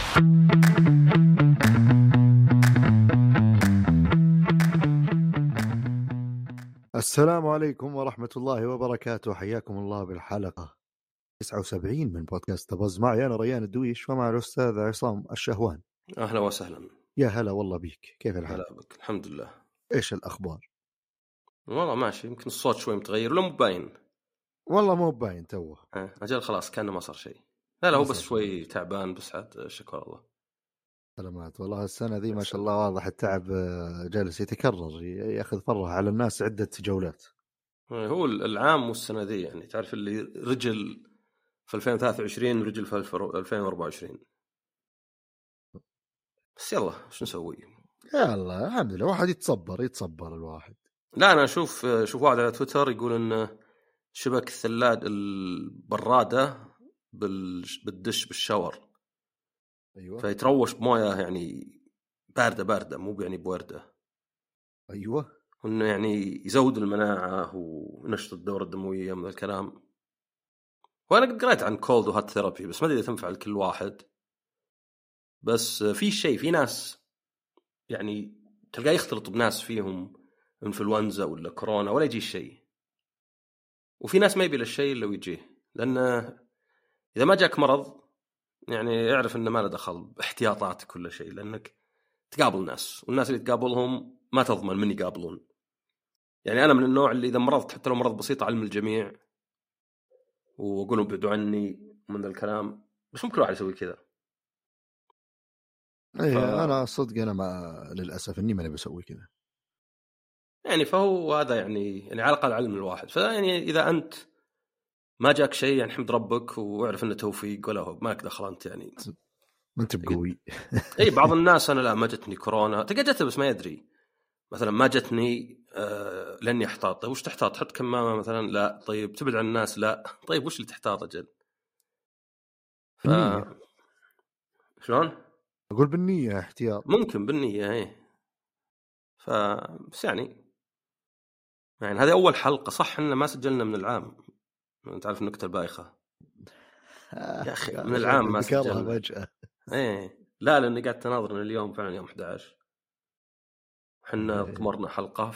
السلام عليكم ورحمة الله وبركاته. حياكم الله بالحلقة 79 من بودكاست بز. معي أنا ريان الدويش ومع الأستاذ عصام الشهوان. أهلا وسهلا. يا هلا والله بيك، كيف الحال؟ هلا بك، الحمد لله. إيش الأخبار؟ والله ماشي، يمكن الصوت شوي متغير ولا مو باين؟ والله مو باين توه. أجل خلاص كأنه ما صار شيء. لا هو بس شوي تعبان، بس عاد شكر الله. سلامات. والله السنة ذي ما شاء الله واضح التعب جالس يتكرر، يأخذ فرة على الناس عدة جولات. هو العام والسنة ذي يعني تعرف اللي رجل في 2023 رجل في 2024. بس يلا شو نسوي؟ يلا الحمد لله، واحد يتصبر الواحد. لا أنا أشوف واحد على تويتر يقول إن شبك الثلاجة البرادة بالدش بالشاور. أيوة. فيتروش بمويه يعني باردة مو يعني بوردة. أيوة. إنه يعني يزود المناعة ونشط الدورة الدموية من الكلام. وأنا قد قرأت عن كولد وهات ثيرابي، بس ما أدري إذا تنفع لكل واحد. بس في ناس يعني تلقاه يختلط بناس فيهم انفلونزا ولا كورونا ولا يجي الشيء، وفي ناس ما يبي للشيء اللي يجيه، لأن إذا ما جاك مرض يعني اعرف إنه ما له دخل باحتياطات كل شيء، لأنك تقابل ناس، والناس اللي تقابلهم ما تضمن من يقابلون. يعني أنا من النوع اللي إذا مرضت حتى لو مرض بسيط علم الجميع وأقولهم بعدوا عني من الكلام، بس ممكن واحد يسوي كذا. إيه أنا صدق أنا ما للأسف إني ما بسوي كذا. يعني فهو هذا يعني على الأقل علم الواحد. فيعني إذا أنت ما جاك شيء يعني حمد ربك واعرف إنه توفيق، ولا هو ماك دخل أنت يعني ما أنت بقوي. أي بعض الناس أنا لا ما جتني كورونا، تلقى جته بس ما يدري. مثلا ما جتني لأني احتاط. طيب وش تحتاط؟ تحط كمامة مثلا؟ لا. طيب تبعد عن الناس؟ لا. طيب وش اللي تحتاط أجل؟ بالنية. شلون؟ أقول بالنية احتياط. ممكن بالنية ايه. بس يعني هذه أول حلقة صح إن ما سجلنا من العام. أنت عارف النكتة البايخة يا أخي، من العام ما سجلنا فجأة. إيه لا، لأني قاعد تناظر إن اليوم فعلا يوم 11 وحنا ضمرنا حلقة،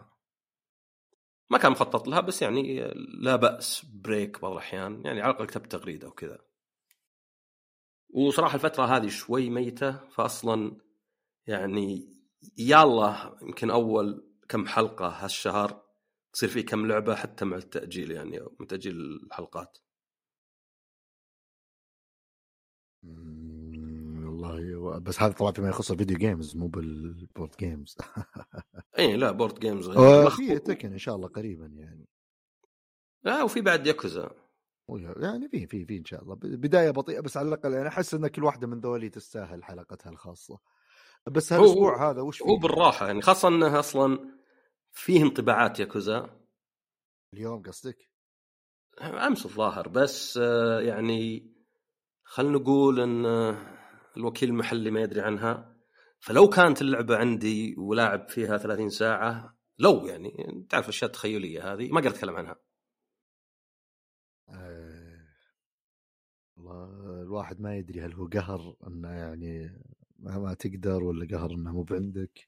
ما كان مخطط لها، بس يعني لا بأس بريك بعض الأحيان، يعني على الأقل كتبت تغريدة وكذا. وصراحة الفترة هذه شوي ميتة، فأصلا يعني يالله يمكن أول كم حلقة هالشهر تصير فيه كم لعبة حتى مع التأجيل، يعني من تأجيل الحلقات. والله بس هذا طبعا فيما يخص الفيديو جيمز مو بالبورد جيمز. اي لا بورد جيمز غير. في تكن ان شاء الله قريبا يعني. لا وفي بعد ياكوزا يعني في ان شاء الله بدايه بطيئه، بس على الاقل يعني احس ان كل واحده من ذولي تستاهل حلقتها الخاصه. بس هالاسبوع هذا وش فيه؟ هو بالراحه يعني، خاصه انه اصلا فيه انطباعات ياكوزا اليوم قصدك؟ امس الظاهر، بس يعني خلنا نقول ان الوكيل المحلي ما يدري عنها. فلو كانت اللعبه عندي ولاعب فيها 30 ساعه، لو يعني تعرف الاشياء التخيليه هذه ما قدرت اتكلم عنها. والله الواحد ما يدري هل هو قهر انه يعني ما تقدر، ولا قهر انه مو بعندك،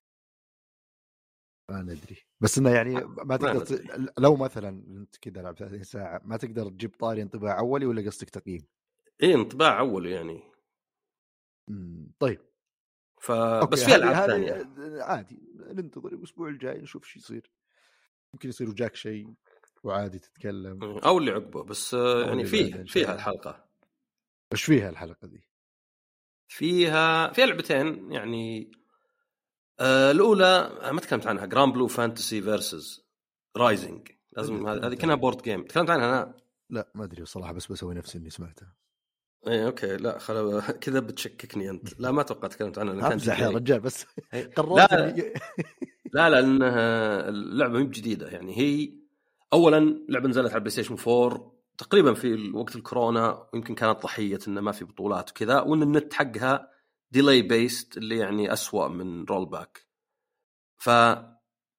ما ندري. بس انه يعني ما تقدر لو مثلا انت كذا لعب 30 ساعه ما تقدر تجيب طاري انطباع اولي، ولا قصدك تقييم؟ ايه انطباع اولي يعني. طيب بس في العاب ثانيه عادي. ننتظر الاسبوع الجاي نشوف شو يصير. يمكن يصير وجاك شيء وعادي تتكلم، او اللي عقبه. بس يعني فيها الحلقه. ايش فيها الحلقه دي؟ فيها لعبتين يعني. الاولى ما تكلمت عنها، جراند بلو فانتسي فيرسز رايزنج. لازم هذه كانها بورد جيم، تكلمت عنها انا. لا ما ادري صراحه، بس بسوي نفسي اني سمعتها. اي اوكي، لا خلاص كذا بتشككني انت. لا ما توقعت تكلمت عنها. امزح يا رجال، بس قررت اني لا لانها اللعبه مو جديده يعني. هي اولا لعبه نزلت على بلاي ستيشن 4 تقريبا في وقت الكورونا، ويمكن كانت ضحيه انه ما في بطولات وكذا، وان النت حقها ديلي بيست اللي يعني أسوأ من رول باك.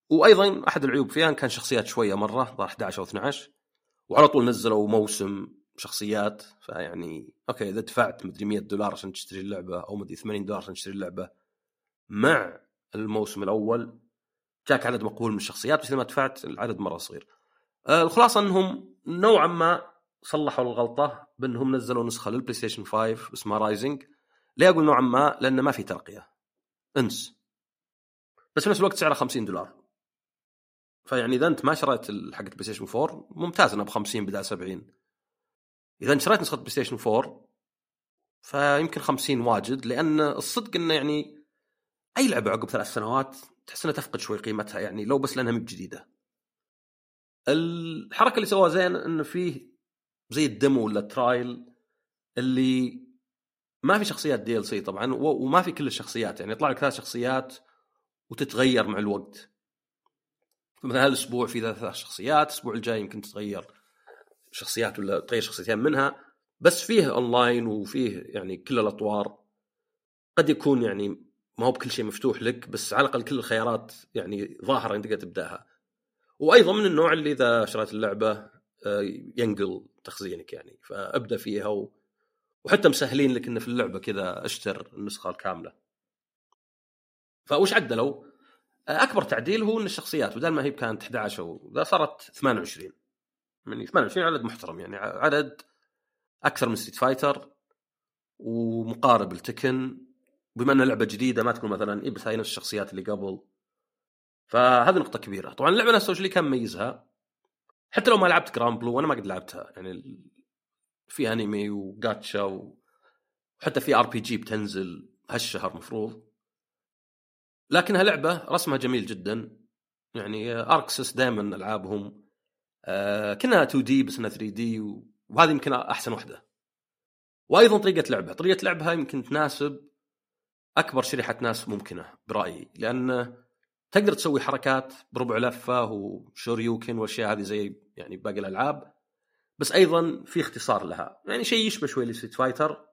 وايضا احد العيوب فيها ان كان شخصيات شويه مره ضار 11 او 12، وعلى طول نزلوا موسم شخصيات. فيعني اوكي اذا دفعت مدري $100 عشان تشتري اللعبه او مدري $80 عشان تشتري اللعبه مع الموسم الاول جاك عدد مقبول من الشخصيات، بس لما دفعت العدد مره صغير. الخلاصه انهم نوعا ما صلحوا الغلطه بانهم نزلوا نسخه للبلاي ستيشن 5 اسمها رايزنج. ليه اقول نوعا ما؟ لان ما في ترقيه انس، بس في نفس الوقت سعرها $50. فيعني اذا انت ما شريت حق البلاي ستيشن 4 ممتاز انها ب50 بدل 70. اذا شريت نسخه بلاي ستيشن 4 فيمكن 50 واجد، لان الصدق انه يعني اي لعبه عقب 3 سنوات تحس انها تفقد شوي قيمتها، يعني لو بس لانها مب جديده. الحركه اللي سواها زين انه فيه زي الديمو ولا الترايل اللي ما في شخصيات دي ال سي طبعا، وما في كل الشخصيات، يعني يطلع لك 3 شخصيات وتتغير مع الوقت. مثلا هالاسبوع في 3 شخصيات، الاسبوع الجاي يمكن تتغير شخصيات ولا تغير شخصيتين منها، بس فيه اونلاين وفيه يعني كل الاطوار. قد يكون يعني ما هو بكل شيء مفتوح لك، بس على الاقل كل الخيارات يعني ظاهره انك تقدر تبداها. وايضا من النوع اللي اذا شريت اللعبه ينقل تخزينك، يعني فابدا فيها وحتى مسهلين لك انه في اللعبه كذا اشتر النسخه الكامله. فوش عدلوا؟ اكبر تعديل هو ان الشخصيات بدل ما هي كانت 11 وذا صارت 28. يعني 28 عدد محترم، يعني عدد اكثر من ستريت فايتر ومقارب لتكن، بما ان لعبه جديده ما تكون مثلا بس هاي نفس الشخصيات اللي قبل. فهذه نقطه كبيره. طبعا اللعبه نفسها اللي كان ميزها، حتى لو ما لعبت جراند بلو وانا ما قد لعبتها، يعني في انمي وجاتشا وحتى في ار بي جي بتنزل هالشهر مفروض، لكنها لعبه رسمها جميل جدا. يعني اركسس دائما العابهم كنا 2 دي بس انها 3 دي، وهذه يمكن احسن وحده. وايضا طريقه لعبها يمكن تناسب اكبر شريحه ناس ممكنه برايي، لان تقدر تسوي حركات بربع لفه وشوريوكن والاشياء هذه زي يعني باقي الالعاب، بس ايضا في اختصار لها، يعني شيء يشبه شوي لستريت فايتر،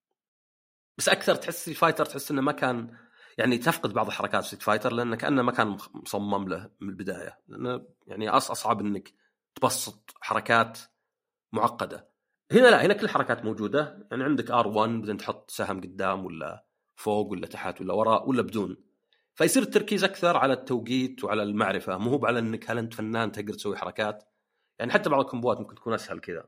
بس اكثر تحس ستريت فايتر تحس انه ما كان يعني تفقد بعض الحركات ستريت فايتر لانه كانه ما كان مصمم له من البدايه، لانه يعني اصعب انك تبسط حركات معقده. هنا لا، هنا كل الحركات موجوده، يعني عندك R1 بدون تحط سهم قدام ولا فوق ولا تحت ولا وراء ولا بدون، فيصير التركيز اكثر على التوقيت وعلى المعرفه، مو هو على انك هل انت فنان تقدر تسوي حركات. يعني حتى بعض الكومبوات ممكن تكون اسهل كذا.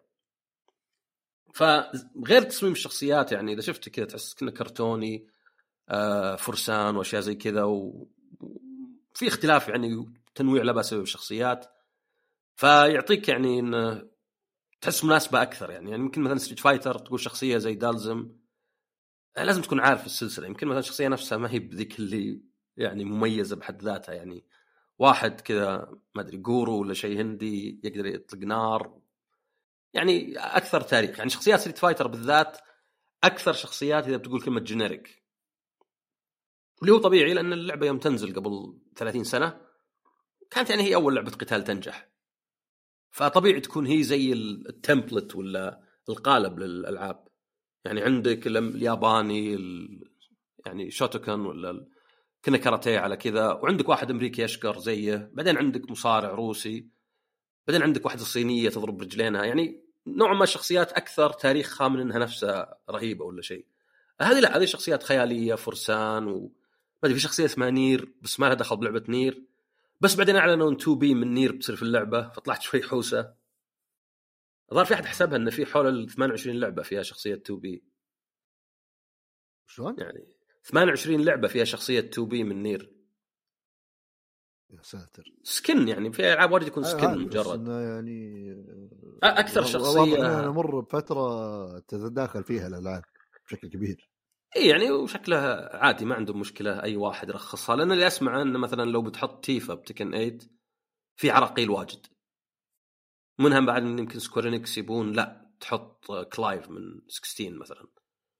فغير تصميم الشخصيات، يعني اذا شفت كذا تحس كأنه كرتوني، فرسان واشياء زي كذا، وفي اختلاف يعني تنويع لا باس بالشخصيات، فيعطيك يعني ان تحس مناسبه اكثر. يعني يمكن مثلا ستريت فايتر تقول شخصيه زي دالزم لازم تكون عارف السلسله، يمكن مثلا الشخصيه نفسها ما هي بذيك اللي يعني مميزه بحد ذاتها، يعني واحد كذا ما ادري جورو ولا شيء هندي يقدر يطلق نار، يعني اكثر تاريخ. يعني شخصيات ستريت فايتر بالذات اكثر شخصيات اذا بتقول كلمه جينيريك، اللي هو طبيعي لان اللعبه يوم تنزل قبل 30 سنه كانت يعني هي اول لعبه قتال تنجح، فطبيعي تكون هي زي التمبلت ولا القالب للالعاب. يعني عندك الياباني يعني شوتوكن ولا كنا كاراتيه على كذا، وعندك واحد امريكي يشكر زيه، بعدين عندك مصارع روسي، بعدين عندك واحدة صينية تضرب رجلينها، يعني نوع ما الشخصيات أكثر تاريخها من أنها نفسها رهيبة ولا شيء. هذه لا، هذه شخصيات خيالية فرسان ما أدري في شخصية اسمها نير بس ما لها دخل بلعبة نير، بس بعدين أعلنوا أن 2B من نير بتصير في اللعبة، فطلعت شوي حوسة. الظاهر في أحد حسبها أن في حول 28 لعبة فيها شخصية 2B. شلون؟ يعني 28 لعبة فيها شخصية 2B من نير. يا ساتر. سكن، يعني في ألعاب واجد يكون سكن مجرد. يعني أكثر شخصية واضح أننا نمر بفترة تتداخل فيها الألعاب بشكل كبير. إيه يعني وشكلها عادي ما عندهم مشكلة أي واحد يرخصها، لأن اللي أسمع أن مثلا لو بتحط تيفا بتكن 8 في عراقيل واجد منهم، بعد من يمكن سكويرينكس يبون لا تحط كلايف من 16 مثلا،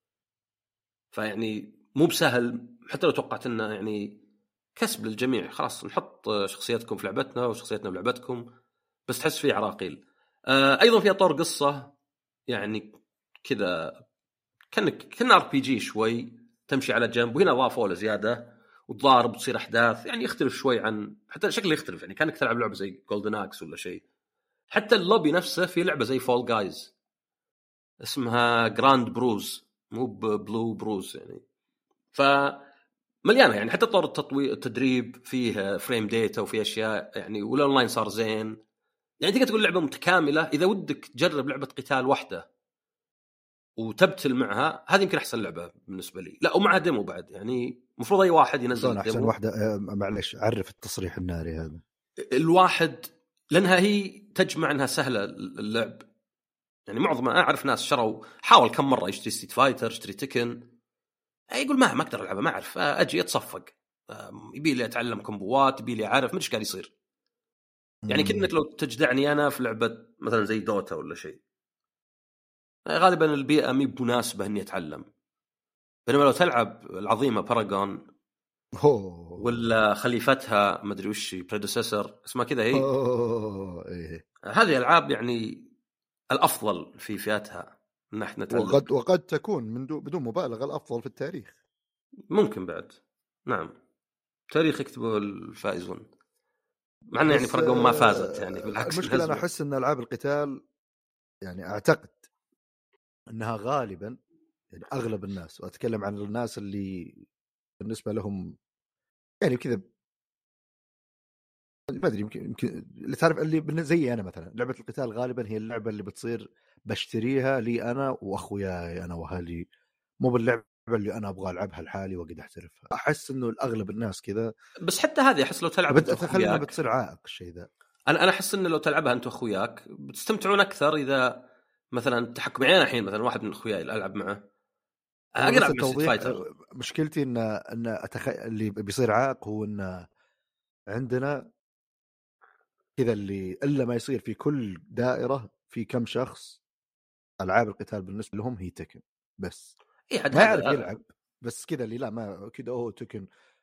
فيعني مو بسهل. حتى لو توقعت أنه يعني كسب للجميع، خلاص نحط شخصيتكم في لعبتنا وشخصيتنا في لعبتكم، بس تحس فيه عراقيل. أيضا فيها طور قصة يعني كذا كنا ار بي جي شوي تمشي على جنب، وهنا اضافوا له زياده وتضارب وتصير احداث، يعني يختلف شوي عن حتى شكله يختلف، يعني كانك تلعب لعبه زي جولدن اكس ولا شيء. حتى اللوبي نفسه في لعبه زي فول جايز، اسمها جراند بروز مو بلو بروز يعني. فمليانه يعني حتى طور التدريب فيه فريم ديتا وفي اشياء يعني، والاونلاين صار زين يعني. تقدر تقول لعبه متكامله. اذا ودك تجرب لعبه قتال واحده وتبتل معها، هذه يمكن احسن لعبه بالنسبه لي. لا ومعها ديمو بعد يعني، المفروض اي واحد ينزل احسن الديمو. واحده معلش عرف التصريح الناري هذا. الواحد لانها هي تجمع انها سهله اللعب يعني. معظم اعرف ناس شروا، حاول كم مره يشتري ستريت فايتر، يشتري تكن، يقول ما اقدر العبها، ما اعرف، اجي اتصفق، يبي لي اتعلم كومبوات، يبي لي اعرف مش قاعد يصير يعني. كأنك لو تجدعني انا في لعبه مثلا زي دوتا ولا شيء، غالبا البيئه مي بمناسبه اني اتعلم. بينما لو تلعب العظيمه باراغون ولا خليفتها ما ادري وش بريديسيسور اسمها كذا هي، إيه. هذه العاب يعني الافضل في فئتها ان احنا نتعلم. وقد تكون من بدون مبالغه الافضل في التاريخ. ممكن بعد، نعم، تاريخ يكتبه الفائزون، مع انه يعني فرقهم ما فازت يعني، بالعكس المشكله انا احس ان العاب القتال يعني اعتقد انها غالبا يعني اغلب الناس، واتكلم عن الناس اللي بالنسبه لهم يعني كذا ما ادري، يمكن اللي تعرف اللي زي انا مثلا، لعبه القتال غالبا هي اللعبه اللي بتصير بشتريها لي انا واخوياي انا واهلي، مو باللعبه اللي انا ابغى العبها لحالي واقعد احترفها. احس انه الاغلب الناس كذا. بس حتى هذه احس لو تلعب انت خلينا واخوياك بتصير عائق الشيء ذا. انا احس انه لو تلعبها انت واخوياك بتستمتعون اكثر. اذا مثلا تحكم يعني الحين مثلا واحد من اخوياي العب معه، انا اقدر بس العب مع ستريت التوضيح، فايتر. مشكلتي اللي بيصير عائق هو ان عندنا كذا، اللي الا ما يصير في كل دائره في كم شخص العاب القتال بالنسبه لهم هي تكن بس، اي حد ما يعرف هذا يلعب بس كذا اللي لا ما كذا اوه تكن.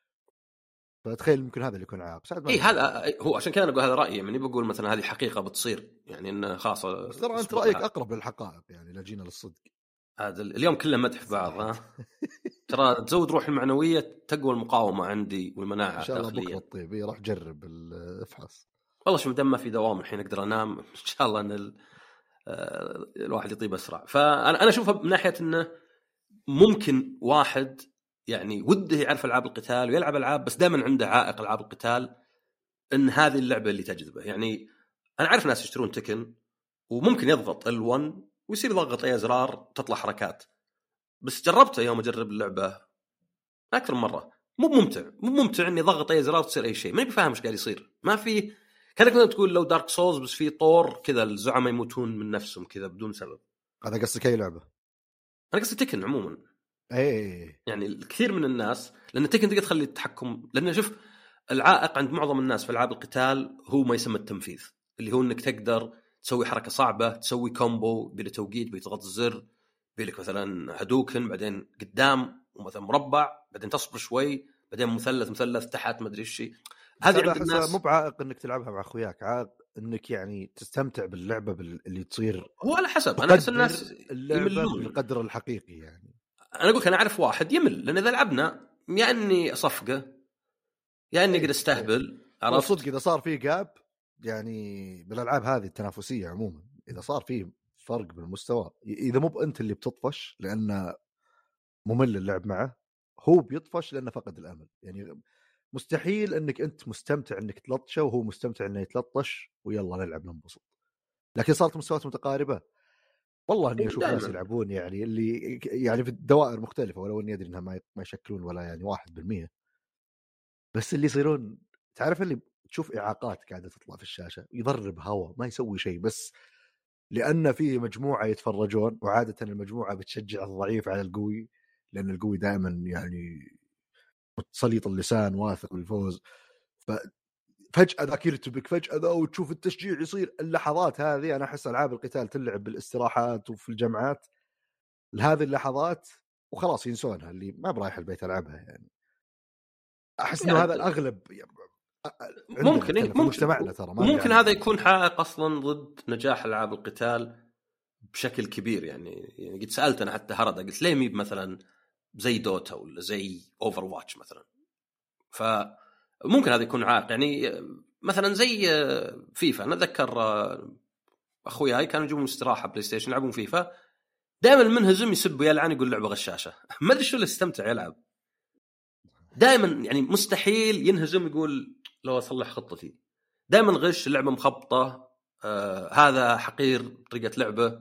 فتخيل ممكن هذا اللي يكون عائق ساعد ما اي ندري. هذا هو، عشان كذا انا اقول هذا رايي يعني، بقول مثلا هذه حقيقه بتصير يعني، انه خلاص بس ترى انت اصبر رايك لها. اقرب للحقائق يعني، لا جينا للصدق. هذا اليوم كله مدح في بعض ترى تزود روح المعنويه، تقوى المقاومه عندي ان والمناعه شاء الله داخليا. بكره الطيب راح جرب الافحص. والله شو مدام ما في دوام الحين اقدر انام ان شاء الله ان الواحد يطيب اسرع. فانا اشوفها من ناحيه انه ممكن واحد يعني وده يعرف العاب القتال ويلعب العاب، بس دائما عنده عائق العاب القتال، ان هذه اللعبه اللي تجذبه يعني. انا عارف ناس يشترون تكن وممكن يضغط ال1 ويصير يضغط اي ازرار تطلع حركات، بس جربته يوم اجرب اللعبه اكثر من مره، مو ممتع اني ضغط اي ازرار تصير اي شيء، ما بفهم ايش قاعد يصير. ما في كانك مثلا تقول لو دارك سولز بس في طور كذا الزعماء يموتون من نفسهم كذا بدون سبب. هذا قصدك اي لعبه؟ انا قصدي تكن عموما اي يعني. الكثير من الناس لان تكن تقدر تخلي التحكم، لان شوف العائق عند معظم الناس في العاب القتال هو ما يسمى التنفيذ، اللي هو انك تقدر تسوي حركه صعبه، تسوي كومبو بلا توقيت، بتضغط الزر بيلك مثلا هدوكن بعدين قدام ومثلا مربع بعدين تصبر شوي بعدين مثلث تحت ما ادري ايش. هذه عند الناس مو بعائق انك تلعبها مع اخوياك، عائق انك يعني تستمتع باللعبه اللي تصير. هو على حسب، انا احس الناس اللعبه يملون بالقدر الحقيقي يعني. انا اقول انا اعرف واحد يمل، لان اذا لعبنا يا اني اصفقه يا اني قد استهبل، عرفت؟ صدق اذا صار فيه جاب يعني بالالعاب هذه التنافسيه عموما، اذا صار فيه فرق بالمستوى، اذا مو انت اللي بتطفش لان ممل اللعب معه، هو بيطفش لانه فقد الامل يعني. مستحيل انك انت مستمتع انك تلطشه وهو مستمتع انه يتلطش ويلا نلعب ننبسط. لكن صارت مستويات متقاربه، والله اني اشوف ناس يلعبون يعني اللي يعني في الدوائر مختلفه، ولو اني ادري انها ما يشكلون ولا يعني 1%، بس اللي يصيرون تعرف اللي تشوف اعاقات قاعده تطلع في الشاشه، يضرب هواء ما يسوي شيء، بس لان فيه مجموعه يتفرجون، وعاده المجموعه بتشجع الضعيف على القوي، لان القوي دائما يعني سليط اللسان واثق بالفوز. ففجاه ذاك يرتبك، فجاه ذا وتشوف التشجيع يصير. اللحظات هذه انا احس العاب القتال تلعب بالاستراحات وفي الجمعات لهذه اللحظات، وخلاص ينسونها، اللي ما برايح البيت العبها يعني. احس انه هذا الاغلب ممكن في مجتمعنا ترى ممكن هذا يكون حائق اصلا ضد نجاح العاب القتال بشكل كبير يعني قد سالت انا حتى هرده، قلت ليه مي مثلا زي دوتا ولا زي اوفر واتش مثلا. فممكن هذا يكون عائق يعني. مثلا زي فيفا، انا اتذكر اخوياي كانوا يجون استراحه بلاي ستيشن يلعبون فيفا، دائما المنهزم يسب ويلعن يقول لعبه غشاشه. ما ادري شو اللي استمتع يلعب دائما، يعني مستحيل ينهزم يقول لو اصلح خطتي. دائما غش، اللعبه مخبطه، هذا حقير طريقه لعبه.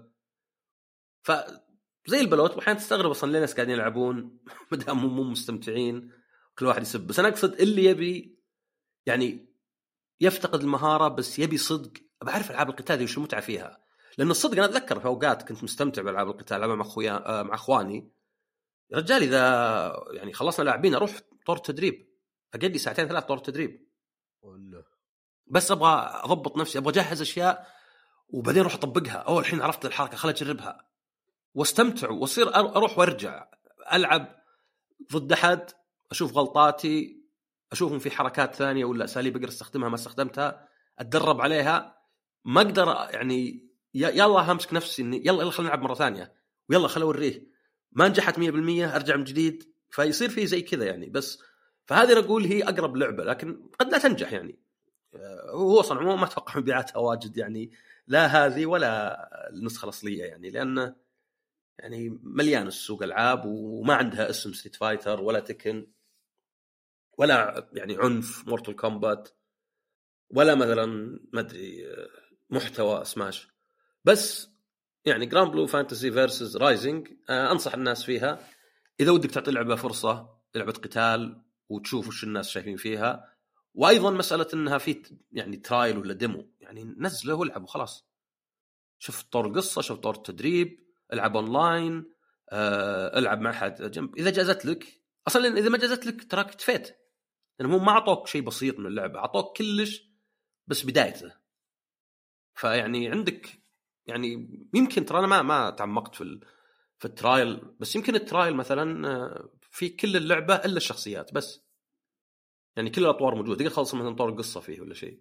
فزي البلوت، واحيانا تستغرب اصلا ليه الناس قاعدين يلعبون ما دام مو مستمتعين، كل واحد يسب. بس انا اقصد اللي يبي يعني يفتقد المهاره بس يبي صدق. بعرف العاب القتال وش المتعه فيها، لان الصدق انا اتذكر في اوقات كنت مستمتع بالعاب القتال، العبها مع اخويا مع اخواني. يا رجال اذا يعني خلصنا لاعبين اروح طور تدريب، اقعد لي ساعتين ثلاث طور تدريب، بس ابغى اضبط نفسي، ابغى اجهز اشياء وبعدين اروح اطبقها. اول الحين عرفت الحركه خليني اجربها واستمتع، واصير اروح وارجع العب ضد احد، اشوف غلطاتي، اشوفهم في حركات ثانيه ولا اساليب اقدر استخدمها ما استخدمتها، اتدرب عليها. ما اقدر يعني يلا همسك نفسي اني يلا خلينا نلعب مره ثانيه، ويلا خلينا اوريه. ما نجحت 100% ارجع من جديد، فيصير في زي كذا يعني. بس فهذه اقول هي اقرب لعبه، لكن قد لا تنجح يعني. هو اصلا عموما ما اتوقع مبيعاتها واجد يعني، لا هذه ولا النسخه الاصليه يعني، لان يعني مليان السوق العاب وما عندها اسم ستريت فايتر ولا تكن ولا يعني عنف مورتال كومبات ولا مثلا ما ادري محتوى سماش. بس يعني جراند بلو فانتسي فيرسز رايزنج انصح الناس فيها اذا ودك تعطي لعبه فرصه، لعبه قتال وتشوف وش الناس شايفين فيها. وايضا مساله انها في يعني ترايل ولا ديمو، يعني نزله والعب وخلاص. شوف طور القصه، شوف طور التدريب، العب اونلاين، العب مع احد جنب اذا جازت لك. اصلا اذا ما جازت لك تراك تفيت، لان هم ما اعطوك شيء بسيط من اللعبه، اعطوك كلش بس بدايته. فيعني عندك يعني يمكن ترى انا ما تعمقت في الترايل، بس يمكن الترايل مثلا في كل اللعبه الا الشخصيات بس، يعني كل الاطوار موجوده، تقدر تخلص مثلا طور القصه فيه ولا شيء.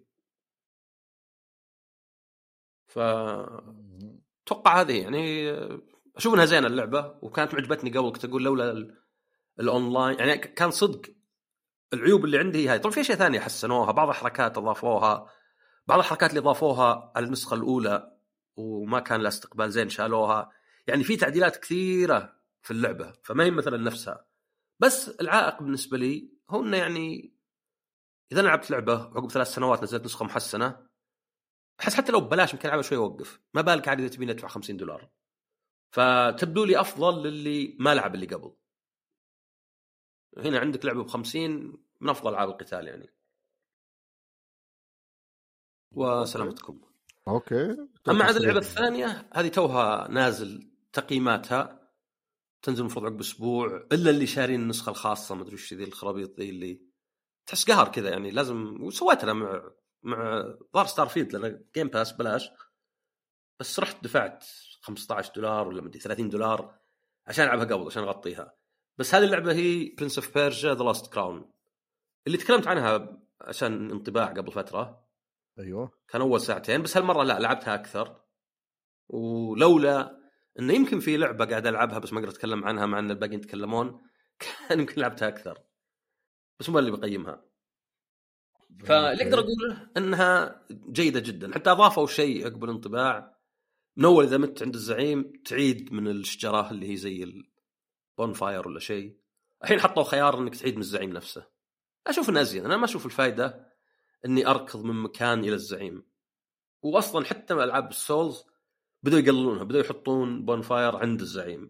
ف اتوقع هذه يعني اشوف انها زينه اللعبه، وكانت معجبتني قبل. كنت اقول لولا الاونلاين يعني كان صدق العيوب اللي عندي هاي. طبعا في اشياء ثانيه حسنوها، بعض الحركات اضافوها، بعض الحركات اللي اضافوها على النسخه الاولى وما كان لها استقبال زين شالوها. يعني في تعديلات كثيره في اللعبه، فما هي مثلا نفسها. بس العائق بالنسبه لي هو انه يعني اذا لعبت لعبه عقب 3 سنوات نزلت نسخه محسنه، احس حتى لو ببلاش يمكن العبها شوي اوقف، ما بالك عاد اذا تبيني ادفع $50. فتبدو لي افضل للي ما لعب اللي قبل. هنا عندك لعبه ب50 من افضل العاب القتال يعني. وسلامتكم. اوكي. اما عاد اللعبه الثانيه هذه توها نازل تقييماتها، تنزل المفروض عقب اسبوع، الا اللي شارين النسخه الخاصه ما ادري وش ذي الخرابيط ذي اللي تحس قهر كذا يعني. لازم، وسويت انا مع ضار ستار فيلد لان جيم باس بلاش، بس رحت دفعت $15 ولا مدري $30 عشان العبها قبل عشان اغطيها. بس هذه اللعبه هي برنس اوف بيرجا ذا لاست كراون اللي تكلمت عنها عشان انطباع قبل فتره. ايوه كان اول ساعتين بس، هالمره لا لعبتها اكثر. ولولا انه يمكن في لعبه قاعد العبها بس ما اقدر اتكلم عنها مع ان الباقيين يتكلمون كان يمكن لعبتها اكثر، بس مو اللي بقيمها. فاللي اقدر اقوله انها جيده جدا. حتى اضافوا شيء عقب الانطباع، من اول اذا مت عند الزعيم تعيد من الشجره اللي هي زي البون فاير ولا شيء. الحين حطوا خيار انك تعيد من الزعيم نفسه. اشوف انه ازين، انا ما اشوف الفائده اني اركض من مكان الى الزعيم. واصلا حتى العاب السولز بدوا يقللونها، بدوا يحطون بون فاير عند الزعيم،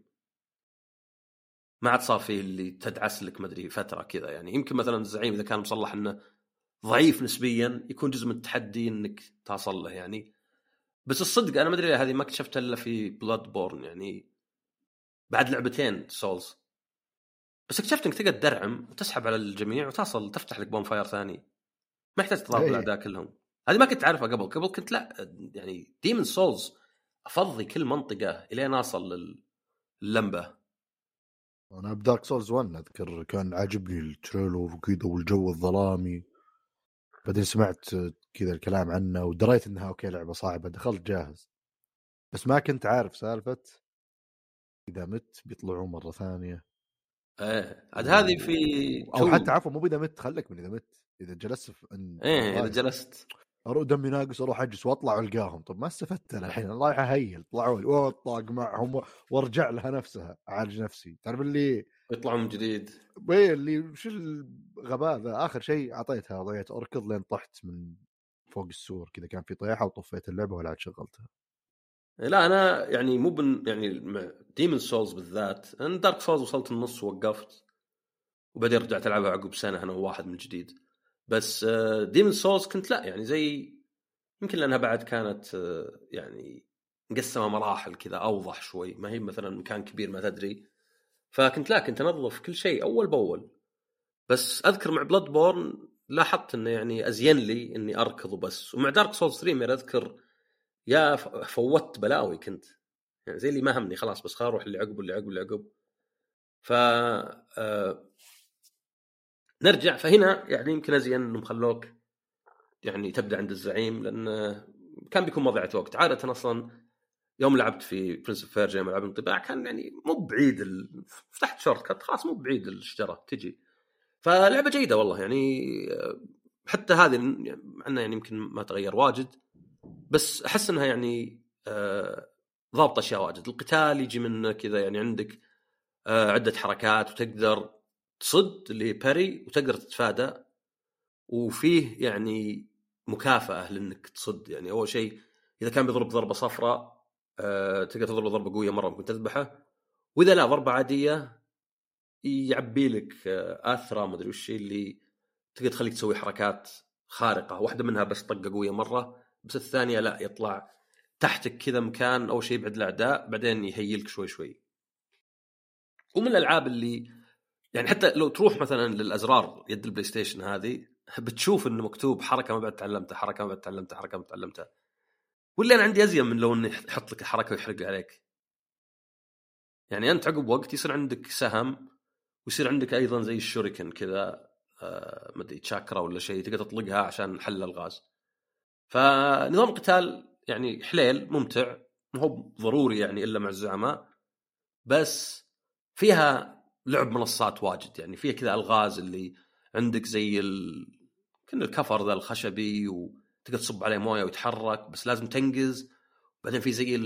ما عاد صار فيه اللي تدعس لك ما ادري فتره كذا يعني. يمكن مثلا الزعيم اذا كان مصلح انه ضعيف نسبيا يكون جزء من التحدي انك تصل له يعني. بس الصدق انا ما ادري هذه ما اكتشفتها الا في بلاد بورن يعني، بعد لعبتين سولز. بس اكتشفت انك تقدر تدرعم وتسحب على الجميع وتصل تفتح لك بون فاير ثاني، ما يحتاج تضارب الاعداء كلهم. هذه ما كنت اعرفها قبل كنت لا يعني ديمن سولز افضي كل منطقه الين اصل للمبه. انا بدارك سولز 1 اذكر كان عاجبني التريلر وكذا والجو الظلامي، بعدين سمعت كذا الكلام عنه ودريت انها اوكي لعبه صعبه، دخلت جاهز بس ما كنت عارف سالفه اذا مت بيطلعوا مره ثانيه. عاد هذه في او حتى عفوا مو اذا مت، خلك من اذا مت، اذا جلست اذا جلست اروح دمي ناقص اروح اجلس واطلع والقاهم. طب ما استفدت انا الحين، انا رايح اهيل طلعوا لي واطاق معهم وارجع لها نفسها اعالج نفسي. تعرف اللي يطلعوا من جديد اللي شو الغباء ذا. اخر شيء اعطيتها ضيعت اركض لين طحت من فوق السور كذا، كان في طيحه وطفيت اللعبه ولا عاد شغلتها. لا انا يعني مو يعني ديمن سولز بالذات، انا دارك سولز وصلت النص ووقفت، وبعدين رجعت العبها عقب سنه انا وواحد من جديد. بس ديمن سولز كنت لا يعني زي، يمكن لانها بعد كانت يعني مقسمه مراحل كذا اوضح شوي، ما هي مثلا مكان كبير ما تدري، فكنت لا كنت انظف كل شيء اول باول. بس اذكر مع بلاد بورن لاحظت انه يعني ازين لي اني اركض وبس، ومع دارك سولز 3 اذكر يا فوت بلاوي كنت يعني زي اللي ما همني خلاص، بس خل اروح اللي عقب اللي عقب اللي عقب. ف نرجع، فهنا يعني يمكن ازين انهم خلوك يعني تبدا عند الزعيم، لان كان بيكون مضيعه وقت عاده. اصلا يوم لعبت في برنس اوف بيرجيا ملعب انطباع كان يعني مو بعيد فتحت شورت كات خلاص مو بعيد الشجره تجي، فلعبه جيده والله يعني. حتى هذه مع انها يعني يمكن ما تغير واجد، بس احس انها يعني ضابط اشياء واجد. القتال يجي منه كذا يعني عندك عده حركات وتقدر تصد اللي هي باري وتقدر تتفادى، وفيه يعني مكافأة لأنك تصد. يعني أول شيء إذا كان بيضرب ضربة صفراء تقدر تضرب ضربة قوية مرة ممكن تذبحه، وإذا لا ضربة عادية يعبي لك آثرة ما أدري وش اللي تقدر تخليك تسوي حركات خارقة. واحدة منها بس طقة قوية مرة، بس الثانية لا يطلع تحتك كذا مكان أول شيء يبعد الأعداء بعدين يهيلك شوي شوي. ومن الألعاب اللي يعني حتى لو تروح مثلا للأزرار يد البلاي ستيشن هذه بتشوف إنه مكتوب حركة ما بعد تعلمتها، حركة ما بعد تعلمتها، حركة ما بعد تعلمتها. واللي أنا عندي أزين من لو إنه يحط لك الحركة ويحرق عليك. يعني أنت عقب وقت يصير عندك سهم، ويصير عندك أيضا زي الشوريكن كذا ما أدري تشاكرا ولا شيء تقدر تطلقها عشان حل الغاز. فنظام القتال يعني حليل ممتع، مو هو ضروري يعني إلا مع الزعماء، بس فيها لعب منصات واجد. يعني فيها كذا الغاز اللي عندك زي كنا الكفر ذا الخشبي وتقدر تصب عليه مويه ويتحرك بس لازم تنقز. بعدين في زي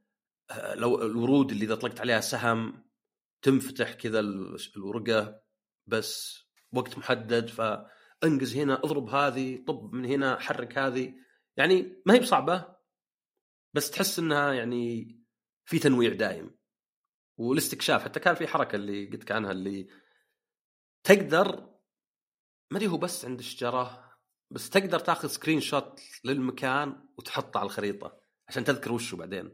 لو الورود اللي اذا طلقت عليها سهم تنفتح كذا الورقه بس وقت محدد، فانقز هنا اضرب هذه طب من هنا حرك هذه. يعني ما هي بصعبه بس تحس انها يعني في تنويع دائم والاستكشاف. حتى كان في حركة اللي قلت عنها اللي تقدر ما ادري هو بس عند الشجرة، بس تقدر تاخذ سكرين شوت للمكان وتحطه على الخريطة عشان تذكر وشه بعدين.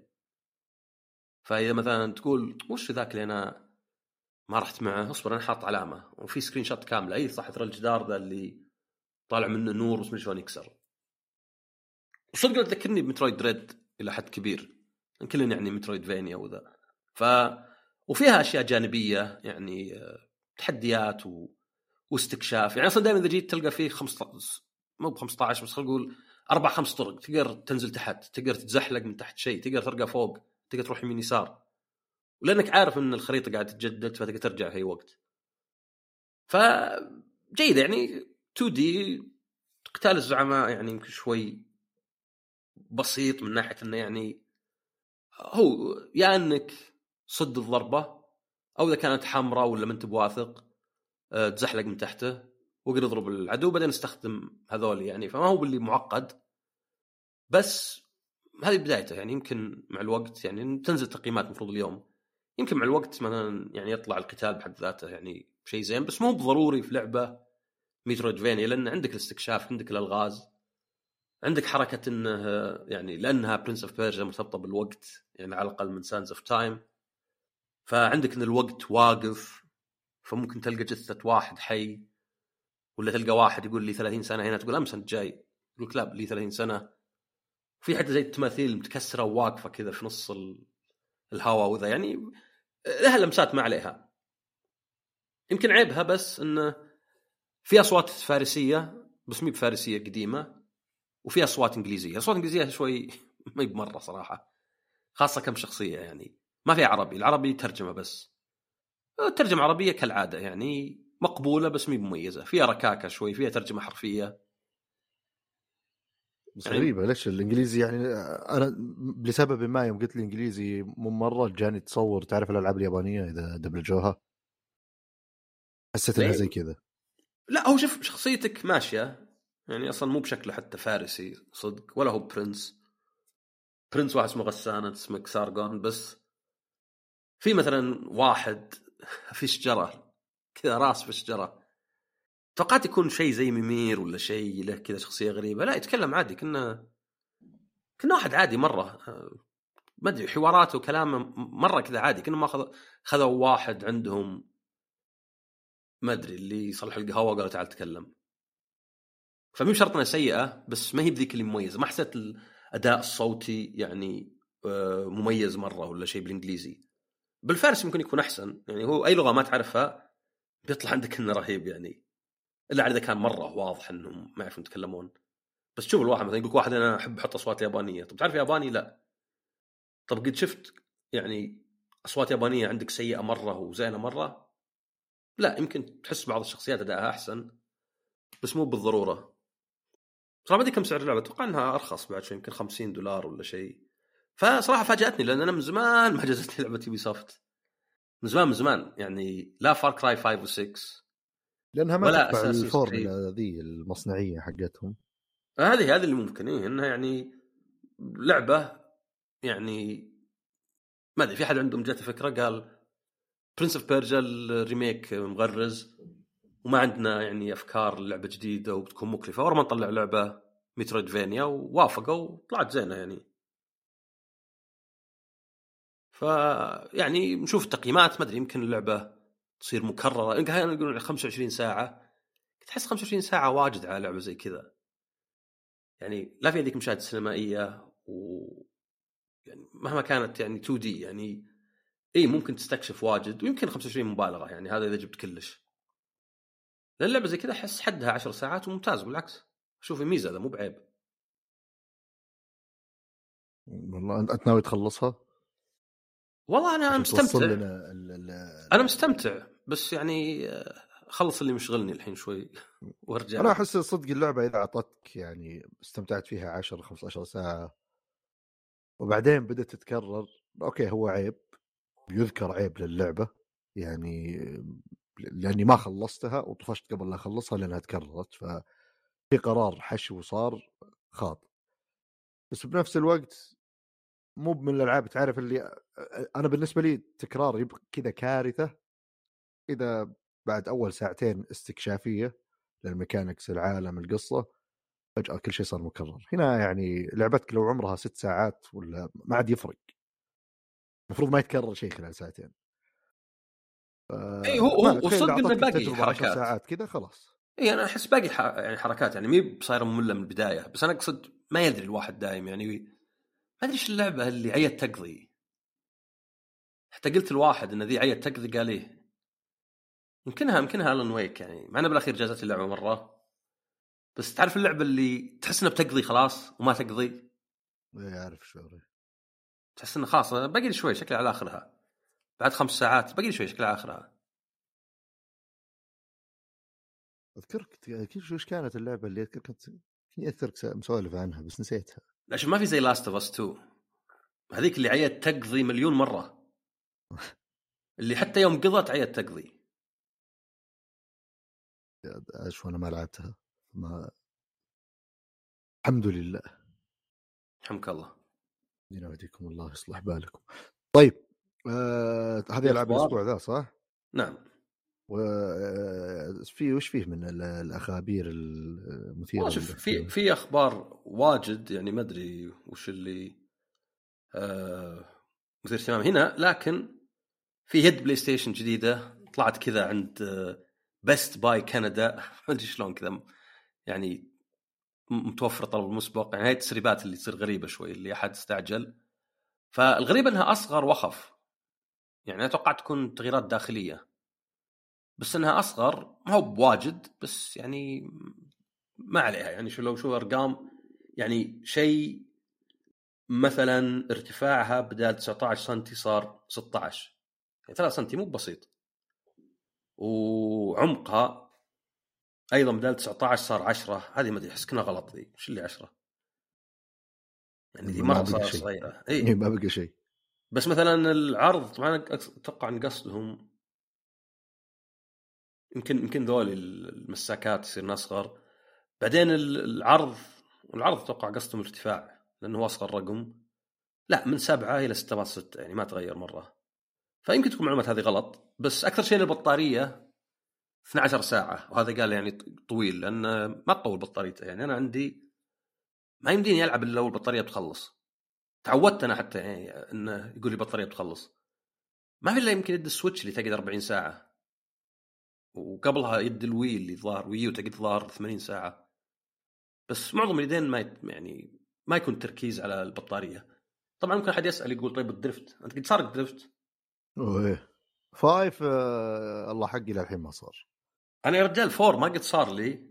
فإذا مثلا تقول وش ذاك اللي أنا ما رحت معه، أصبر أنا حاط علامة وفي سكرين شوت كاملة، أي صح ترى الجدار ذا اللي طالع منه نور ومش شلون يكسر. وصدق تذكرني بمترويد دريد إلى حد كبير، كلنا يعني مترويد فينيا وذا. وفيها أشياء جانبية يعني تحديات واستكشاف. يعني أصلا دائما إذا جيت تلقى فيه 15 مو ب 15 بس خلينا نقول 4-5 طرق، تقدر تنزل تحت، تقدر تتزحلق من تحت شيء، تقدر ترقى فوق، تقدر تروح يمين يسار، ولأنك عارف إن الخريطة قاعدة تتجدد فتقدر ترجع في أي وقت. فجيد يعني 2D. قتال الزعماء يعني يمكن شوي بسيط من ناحية إنه يعني هو يا إنك صد الضربة، أو إذا كانت حمراء ولا ما أنت بواثق تزحلق من تحته وقدر يضرب العدو بعدين استخدم هذول. يعني فما هو باللي معقد، بس هذه بدايته. يعني يمكن مع الوقت يعني تنزل تقييمات مفروض اليوم، يمكن مع الوقت مثلا يعني يطلع القتال بحد ذاته يعني شيء زين، بس مو بضروري في لعبة ميترويدفينيا لأن عندك الاستكشاف، عندك الألغاز، عندك حركة إنه يعني لأنها برنس اوف بيرجيا مرتبطة بالوقت يعني على الأقل من سانز اوف تايم، فعندك إن الوقت واقف، فممكن تلقى جثة واحد حي ولا تلقى واحد يقول لي 30 سنة هنا، تقول أمس أنت جاي، يقول لك لا لي 30 سنة. في حتى زي التماثيل متكسرة وواقفة كذا في نص الهواء وذا، يعني لها لمسات ما عليها. يمكن عيبها بس إنه في أصوات فارسية بس مي بفارسية قديمة، وفي أصوات إنجليزية. أصوات إنجليزية شوي ما هي بمرة صراحة، خاصة كم شخصية يعني ما في عربي. العربي ترجمة بس، ترجمة عربية كالعادة يعني مقبولة بس مي مميزة، فيها ركاكة شوي، فيها ترجمة حرفية. بس غريبة ليش الإنجليزي يعني أنا لسبب ما يوم قلت لي إنجليزي مو مرة جاني تصور تعرف الألعاب اليابانية إذا دبلجوها حسيت إنها زي كذا. لا هو شوف شخصيتك ماشية يعني أصلا مو بشكله حتى فارسي صدق ولا هو برنس واحد اسمه غسان اسمه سارغون بس في مثلا واحد في شجرة كذا راس في الشجرة توقعت يكون شيء زي ميمير ولا شيء له كذا شخصية غريبة لا يتكلم عادي كنا واحد عادي مرة ما أدري حواراته وكلامه مرة كذا عادي كنا ما خذوا واحد عندهم ما أدري اللي يصلح القهوة وقالوا تعال تكلم فمي شرطنا سيئة بس ما هي بذيك اللي مميزة ما حسيت الأداء الصوتي يعني مميز مرة ولا شيء بالإنجليزي بالفارس ممكن يكون أحسن يعني هو أي لغة ما تعرفها بيطلع عندك إنه رهيب يعني إلا إذا كان مرة واضح إنهم ما يعرفون يتكلمون بس شوف الواحد مثلا يقول واحد أنا أحب أحط أصوات يابانية طب تعرف ياباني لا طب قد شفت يعني أصوات يابانية عندك سيئة مرة وزينة مرة لا يمكن تحس بعض الشخصيات أداءها أحسن بس مو بالضرورة صراحة ما أدري كم سعر اللعبة أتوقع أنها أرخص بعد شيء يمكن $50 ولا شيء فصراحة فاجأتني لأن أنا من زمان ما جازتني لعبة يوبي سوفت من زمان يعني لا فار كراي 5 و 6 لأنها ما ولا تتبع الفورمولا ذي المصنعية حقتهم هذه اللي ممكن إنها يعني لعبة يعني ما أدري في حد عندهم جت فكرة قال برنس اوف بيرجا الريميك مغرز وما عندنا يعني أفكار لعبة جديدة وبتكون مكلفة ورا ما نطلع لعبة ميترويدفانيا ووافقوا وطلعت زينة يعني يعني نشوف التقييمات ما أدري يمكن اللعبة تصير مكررة يمكن يقولون 25 ساعة تحس 25 ساعة واجد على لعبة زي كذا يعني لا في هذيك مشاهد سينمائية يعني مهما كانت يعني 2D يعني إيه ممكن تستكشف واجد ويمكن 25 مبالغة يعني هذا إذا جبت كلش لأن اللعبة زي كذا أحس حدها 10 ساعات وممتاز بالعكس شوف الميزة هذا مو بعيب والله أنت ناوي تخلصها؟ والله أنا مستمتع أنا مستمتع بس يعني خلص اللي مشغلني الحين شوي وارجع أنا أحس صدق اللعبة إذا أعطتك يعني استمتعت فيها 10-15 ساعة وبعدين بدأت تتكرر أوكي هو عيب يذكر عيب للعبة يعني لأني ما خلصتها وطفشت قبل لا أخلصها لأنها تكررت ففي قرار حشو صار خاطئ بس بنفس الوقت مو من الألعاب تعرف اللي أنا بالنسبة لي تكرار يبقى كذا كارثة إذا بعد أول ساعتين استكشافية للميكانكس العالم القصة فجأة كل شيء صار مكرر هنا يعني لعبتك لو عمرها 6 ساعات ولا ما عاد يفرق المفروض ما يتكرر شيء خلال ساعتين اي هو صدق انه باقي تجربة 10 حركات ساعات كذا خلاص اي انا احس باقي يعني حركات يعني مي صايره ممله من البدايه بس انا اقصد ما يدري الواحد دايم يعني ما ادري ايش اللعبه اللي عيت تقضي حتى قلت الواحد ان ذي عيت تقضي قال ايه يمكنها ألان ويك يعني معنا بالاخير جازت اللعبه مره بس تعرف اللعبه اللي تحس انها بتقضي خلاص وما تقضي يعرف شعوري تحس انه خلاص باقي لي شوي شكلي على اخرها بعد 5 ساعات باقي لي شوي شكلي على اخرها اذكرك ايش كانت اللعبه اللي كنت ياثرك مسولف عنها بس نسيتها لا شوف ما في زي لاست اوف اس 2 هذيك اللي عيت تقضي مليون مره اللي حتى يوم قضت عيت تقضي ايش وانا ما لعبتها ما الحمد لله حمك الله يناديكم الله يصلح بالكم طيب هذه العاب الاسبوع ذا صح نعم وفي وش فيه من الاخابير المثيره في اخبار واجد يعني ما ادري وش اللي مثير اهتمام هنا لكن في يد بلاي ستيشن جديده طلعت كذا عند بيست باي كندا ما ادري شلون كذا يعني متوفر طلب مسبق يعني هاي التسريبات اللي تصير غريبه شوي اللي احد استعجل فالغريب انها اصغر وخف يعني اتوقع تكون تغييرات داخليه بس انها اصغر ما هو بواجد بس يعني ما عليها يعني لو شو ارقام يعني شيء مثلا ارتفاعها بدال 19 سنتي صار 16 يعني 3 سنتي مو بسيط وعمقها ايضا بدال 19 صار 10 هذه ما ادري احس كنا غلط ذي ايش اللي 10 يعني دي مره صغيره. اي ما بقى شيء. بس مثلا العرض طبعا اتوقع ان قصدهم يمكن ذول المساكات يصير اصغر. بعدين العرض اتوقع قصدهم الارتفاع لانه اصغر رقم. لا من 7 الى 6.6 يعني ما تغير مره. فيمكن تكون المعلومات هذه غلط. بس اكثر شيء البطاريه 12 ساعه وهذا قال يعني طويل لان ما تطول بطاريته. يعني انا عندي ما يمديني العب الا لو البطاريه بتخلص. تعودت انا حتى يعني انه يقول لي بطاريه بتخلص. ما في الا يمكن يد السويتش اللي تقعد 40 ساعه وقبلها يد الوي اللي ظهر ويو تقعد ظهر 80 ساعه. بس معظم اليدين يعني ما يكون تركيز على البطاريه. طبعا ممكن احد يسال يقول طيب الدرفت انت قد صار درفت؟ اوه 5 الله حقي للحين ما صار. انا يا رجال 4 ما قد صار لي.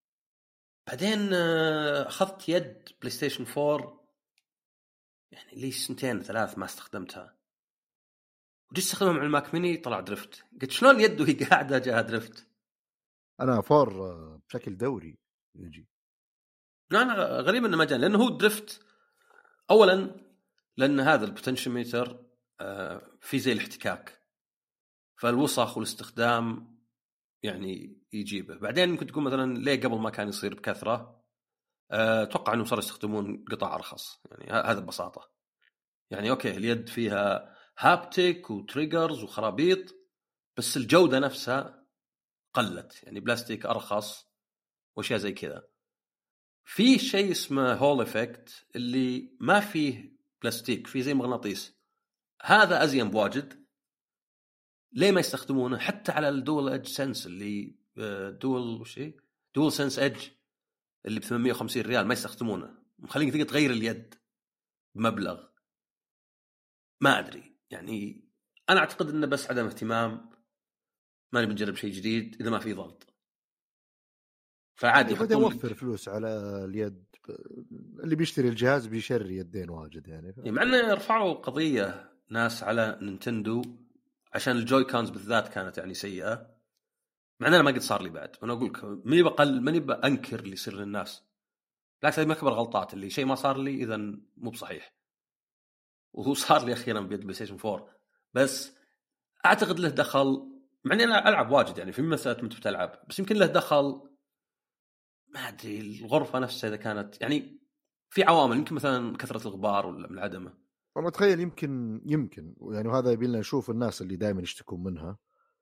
بعدين اخذت يد بلاي ستيشن 4 يعني لي 2-3 ما استخدمتها. وجيت استخدمها مع الماك ميني طلع درفت. قلت شلون يده هي قاعده جاها درفت؟ انا 4 بشكل دوري يجي. لا انا غريب انه ما جاني لانه هو درفت. اولا لان هذا البوتنشيوميتر في زي الاحتكاك فالوسخ والاستخدام يعني يجيبه. بعدين ممكن تقول مثلا ليه قبل ما كان يصير بكثره. اتوقع انهم صاروا يستخدمون قطع ارخص يعني هذا ببساطه. يعني اوكي اليد فيها هابتيك وتريجرز وخرابيط بس الجوده نفسها قلت. يعني بلاستيك ارخص واشياء زي كذا. في شيء اسمه هول افكت اللي ما فيه بلاستيك فيه زي مغناطيس. هذا ازين بواجد. ليه ما يستخدمونه حتى على الدول ايدج سنس اللي دول سنس ايدج اللي ب 850 ريال ما يستخدمونه. مخلينك تقدر تغير اليد بمبلغ ما ادري. يعني انا اعتقد انه بس عدم اهتمام. ما نبي نجرب شيء جديد اذا ما في ضغط. فعادي بدا يوفر فلوس على اليد. اللي بيشتري الجهاز بيشري يدين واجد يعني مع انه رفعوا قضيه ناس على نينتندو عشان الجوي كونز بالذات كانت يعني سيئه. مع أنا ما قد صار لي بعد. وانا اقول لك ماني بانكر اللي يصير للناس. بالعكس هذه من اكبر غلطات اللي شيء ما صار لي اذا مو بصحيح. وهو صار لي اخيرا بيد بلاي ستيشن 4 بس اعتقد له دخل. مع اني انا العب واجد يعني في مساله انت بتلعب بس يمكن له دخل. ما ادري الغرفه نفسها اذا كانت يعني في عوامل يمكن مثلا كثره الغبار ولا من عدمه. انا اتخيل يمكن يعني وهذا يبي لنا نشوف الناس اللي دائما يشتكون منها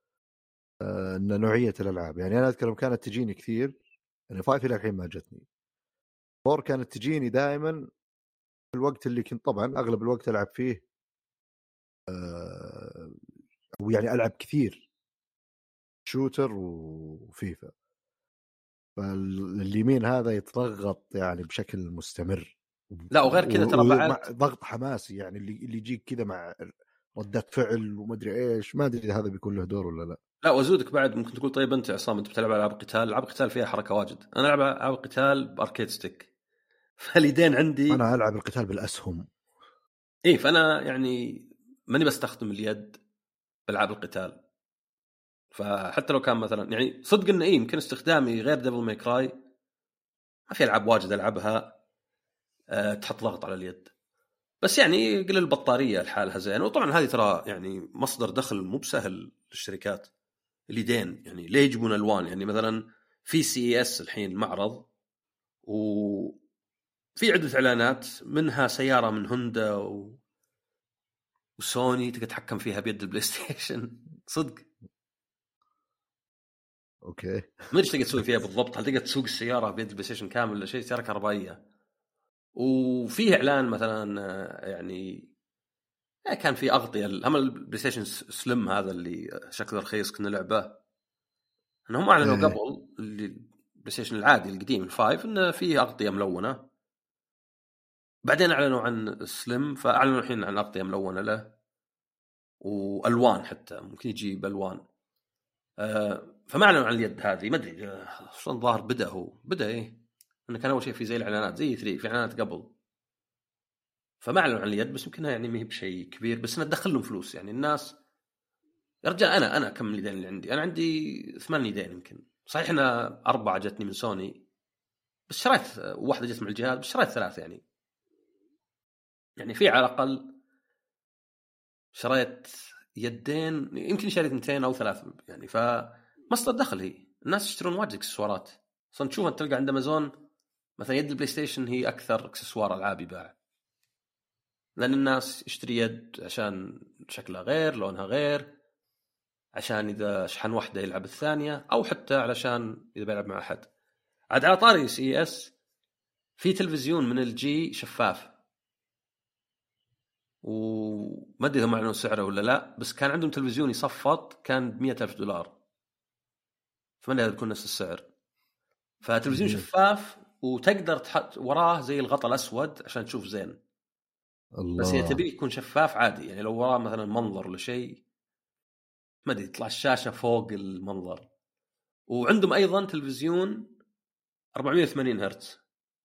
ان نوعيه الالعاب. يعني انا اذكر كانت تجيني كثير. يعني 5 الى الحين ما جتني. 4 كانت تجيني دائما في الوقت اللي كنت طبعا اغلب الوقت العب فيه او يعني العب كثير شوتر وفيفا. فاليمين هذا يتضغط يعني بشكل مستمر. لا وغير كذا ترى بعد ضغط حماسي يعني اللي يجيك كذا مع ردات فعل وما ادري ايش. ما ادري اذا هذا بيكون له دور ولا لا. لا وزودك بعد ممكن تقول طيب انت عصام انت بتلعب العاب قتال. العاب قتال فيها حركه واجد. انا العب العاب قتال باركيد ستيك فاليدين عندي. انا العب القتال بالاسهم. ايه فانا يعني ماني بستخدم اليد بالعاب القتال. فحتى لو كان مثلا يعني صدق انه ايه يمكن استخدامي غير ديفل ماي كراي. ما في العاب واجد العبها تحط ضغط على اليد. بس يعني قل البطاريه لحالها زين. وطبعا هذه ترى يعني مصدر دخل مو بسهل للشركات. اليدين يعني ليه يجيبون الوان. يعني مثلا في CES الحين معرض وفي عده اعلانات منها سياره من هوندا وسوني تقدر تتحكم فيها بيد البلاي ستيشن. صدق اوكي ما ادري تقدر تسوي فيها بالضبط. هل تقدر تسوق السياره بيد البلاي ستيشن كامل ولا شيء سياره كهربائيه. وفيه اعلان مثلا يعني كان في اغطيه هم البلاي ستيشن سلم هذا اللي شكله رخيص كنا لعبه. انهم اعلنوا قبل البلاي ستيشن العادي القديم الفايف انه فيه اغطيه ملونه. بعدين اعلنوا عن السلم فاعلنوا الحين عن اغطيه ملونه له والوان حتى ممكن يجي بالوان. فما اعلنوا عن اليد هذه. ما ادري اصلا ظاهر بدا ايه انه كان اول شيء في زي الاعلانات زي 3 في اعلانات قبل. فما اعلنوا عن اليد بس يمكنها يعني ما هي بشيء كبير بس انه تدخل لهم فلوس. يعني الناس يا رجال انا كم اليدين اللي عندي. انا عندي 8 يدين يمكن. صحيح انا 4 جتني من سوني بس شريت واحده جت مع الجهاز بس شريت 3 يعني. يعني في على الأقل شريت يدين، يمكن شريت 200 أو 3 يعني، فمصدر دخل. هي الناس يشترون واجد اكسسوارات اصلا. تشوف انت تلقى عند امازون مثلا يد البلاي ستيشن هي اكثر اكسسوار العاب يباع، لان الناس يشتري يد عشان شكلها غير، لونها غير، عشان اذا شحن واحده يلعب الثانيه، او حتى علشان اذا بيلعب مع احد. عاد على طاري سي اس، في تلفزيون من الجي شفاف، وما ادري اذا معلنوا سعره ولا لا، بس كان عندهم تلفزيون يصفط كان $100,000، فما ادري بيكون نفس السعر. فتلفزيون شفاف وتقدر تحط وراه زي الغطاء الاسود عشان تشوف زين. الله. بس اذا تبي يكون شفاف عادي، يعني لو وراه مثلا منظر ولا شيء ما ادري يطلع الشاشه فوق المنظر. وعندهم ايضا تلفزيون 480 هرتز،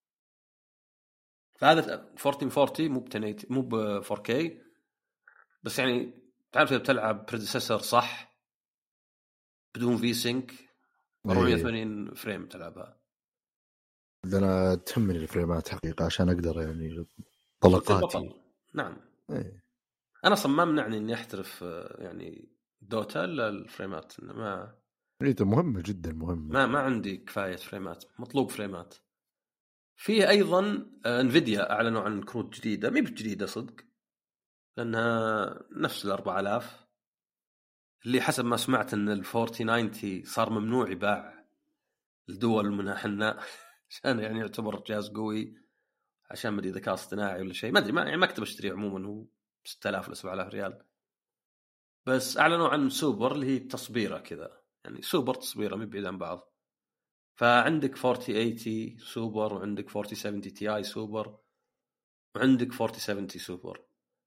فهذا 1440 مو ب 1080 مو ب 4K، بس يعني تعرف اذا بتلعب بريديسيسور صح بدون في سينك 480 فريم تلعبها. انا تهمني الفريمات حقيقه عشان اقدر يعني طلقاتي. نعم. ايه. انا اصلا ما منعني اني احترف يعني دوتا الا الفريمات، ما مهمه جدا مهمه. ما عندي كفايه فريمات، مطلوب فريمات. فيه ايضا انفيديا اعلنوا عن كروت جديده، مي بجديده صدق، لانها نفس ال4000 اللي حسب ما سمعت ان ال 4090 صار ممنوع يباع الدول منها حنا عشان يعني يعتبر جهاز قوي، عشان ما ادري ذكاء اصطناعي ولا شيء، ما ادري، ما اكتب اشتري عموما، هو 6000 ولا 7000 ريال. بس اعلنوا عن سوبر اللي هي تصبيره كذا، يعني سوبر تصبيره مي بعيد عن بعض. فعندك 4080 سوبر، وعندك 4070 تي اي سوبر، وعندك 4070 سوبر.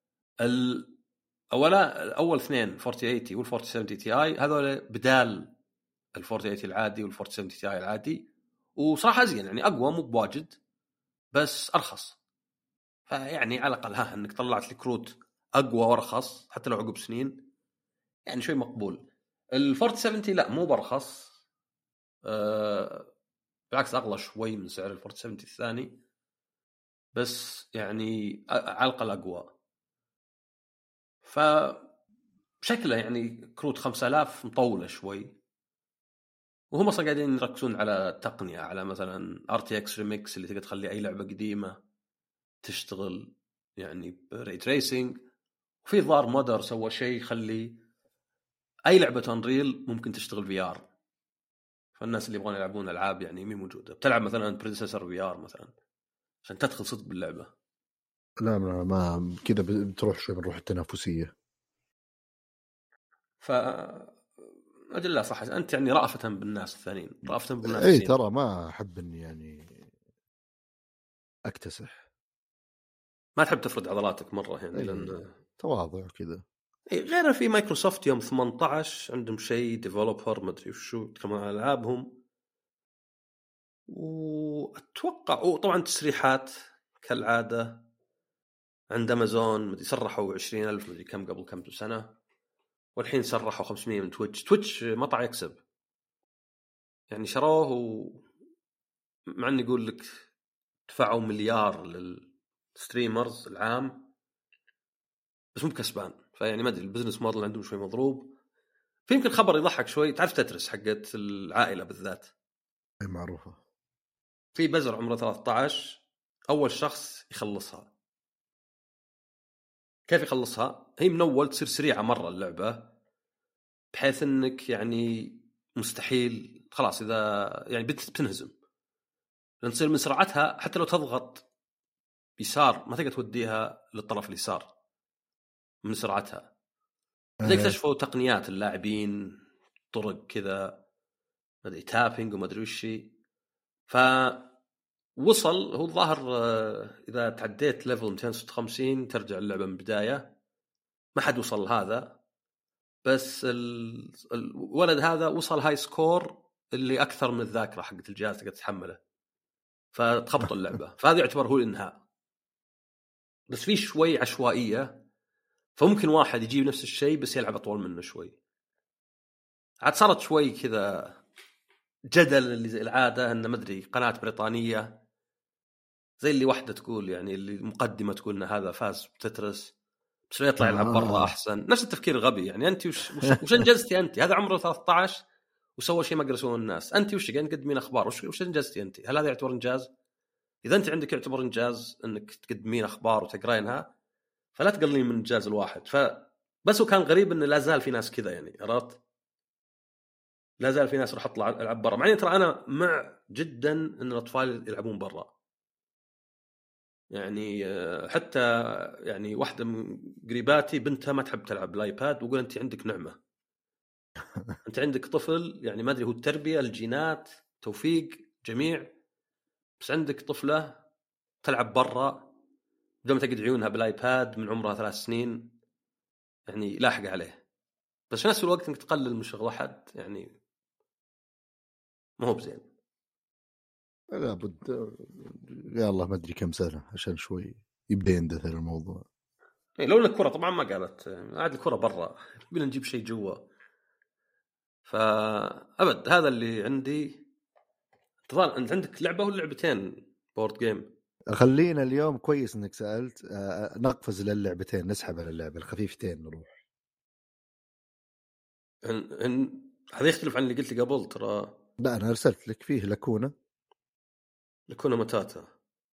اول اثنين 4080 وال 4070 تي اي هذول بدال ال 4080 العادي وال 4070 تي اي العادي، وصراحه زين يعني اقوى مو بواجد بس ارخص. فيعني على الاقل ها انك طلعت لي كروت اقوى وارخص حتى لو عقب سنين، يعني شوي مقبول. ال 4070 لا مو برخص، بالعكس اغلى شوي من سعر ال 4070 الثاني، بس يعني على الاقل اقوى. فشكله يعني كروت 5000 مطوله شوي، وهم اصلا قاعدين يركزون على التقنيه، على مثلا RTX Remix اللي تقدر تخلي اي لعبه قديمه تشتغل يعني بري تريسنج. وفي ظهر مودر سوى شيء يخلي اي لعبه انريل ممكن تشتغل VR، فالناس اللي يبغون يلعبون العاب يعني مي موجوده، بتلعب مثلا بريديسيسور VR مثلا عشان تدخل صدق باللعبه. لا ما كذا بتروح شوي من روح التنافسيه. ف أدري لا صح، أنت يعني رأفة بالناس الثانيين، رأفة بالناس. اي ترى ما احب اني يعني اكتسح، ما تحب تفرد عضلاتك مرة يعني، لأن تواضع كذا. غير في مايكروسوفت يوم 18 عندهم شيء ديفلوبر ما أدري وشو يتكلمون عن ألعابهم، وأتوقع وطبعا تسريحات كالعادة عند أمازون مدري صرحوا 20,000 مدري كم قبل كم سنة، والحين صرحوا 500 من تويتش مطع يكسب يعني شروه مع أن يقول لك دفعوا مليار للستريمرز العام بس مو بكسبان. فيعني ما ادري البزنس موديل عندهم شوي مضروب. في يمكن خبر يضحك شوي، تعرف تترس حقت العائله بالذات اي معروفه، في بزر عمره 13 اول شخص يخلصها. كيف يخلصها؟ هي من اول تصير سريعه مره اللعبه، بحيث انك يعني مستحيل خلاص اذا يعني بتنهزم، لان تصير من سرعتها حتى لو تضغط يسار ما تقدر توديها للطرف اليسار من سرعتها. زي اكتشفوا تقنيات اللاعبين طرق كذا ما ادري تابينج وما ادري وش. فوصل هو الظاهر اذا تعديت ليفل 256 ترجع اللعبه من البدايه، ما حد وصل هذا، بس الولد هذا وصل هاي سكور اللي اكثر من الذاكره حقت الجهاز تقدر تتحمله، فتخبط اللعبه. فهذا يعتبر هو الانهاء، بس في شوي عشوائيه، فممكن واحد يجيب نفس الشيء بس يلعب اطول منه شوي. عاد صارت شوي كذا جدل اللي زي العاده، ان ما ادري قناه بريطانيه زي اللي واحدة تقول يعني اللي مقدمة تقول إن هذا فاز بتترس بس يطلع يلعب برا أحسن. نفس التفكير الغبي يعني. أنت وش أنجزتي أنت؟ هذا عمره 13 وسوى شيء ما قدر يسوون الناس. أنت وش قاعد تقدمين أخبار؟ وش أنجزتي أنت؟ هل هذا يعتبر إنجاز؟ إذا أنت عندك يعتبر إنجاز إنك تقدمين أخبار وتقرأينها فلا تقللين من إنجاز الواحد. بس هو كان غريب إنه لا زال في ناس كذا يعني. عرفت؟ لا زال في ناس راح أطلع ألعب برا. معني ترى أنا مع جدا إن الأطفال يلعبون برا يعني. حتى يعني واحدة من قريباتي بنتها ما تحب تلعب بالايباد وقول أنت عندك نعمة. أنت عندك طفل يعني ما أدري هو التربية الجينات توفيق جميع بس عندك طفلة تلعب برا بدون ما تقعد عيونها بالايباد من عمرها 3 سنين يعني لاحق عليه. بس في نفس الوقت انك تقلل من شغل احد يعني ما هو بزين. لا بد يا الله ما ادري كم سنه عشان شوي يبدا يندثر الموضوع. يعني لو الكرة طبعا ما قالت عاد الكرة برا بينا نجيب شيء جوا. فأبد هذا اللي عندي. انت عندك لعبة ولا لعبتين بورد جيم؟ خلينا اليوم كويس انك سالت نقفز للعبتين نسحب على اللعبه الخفيفتين نروح. هذا يختلف عن اللي قلت لي قبل ترى. لا انا ارسلت لك فيه لاكونا متاتا.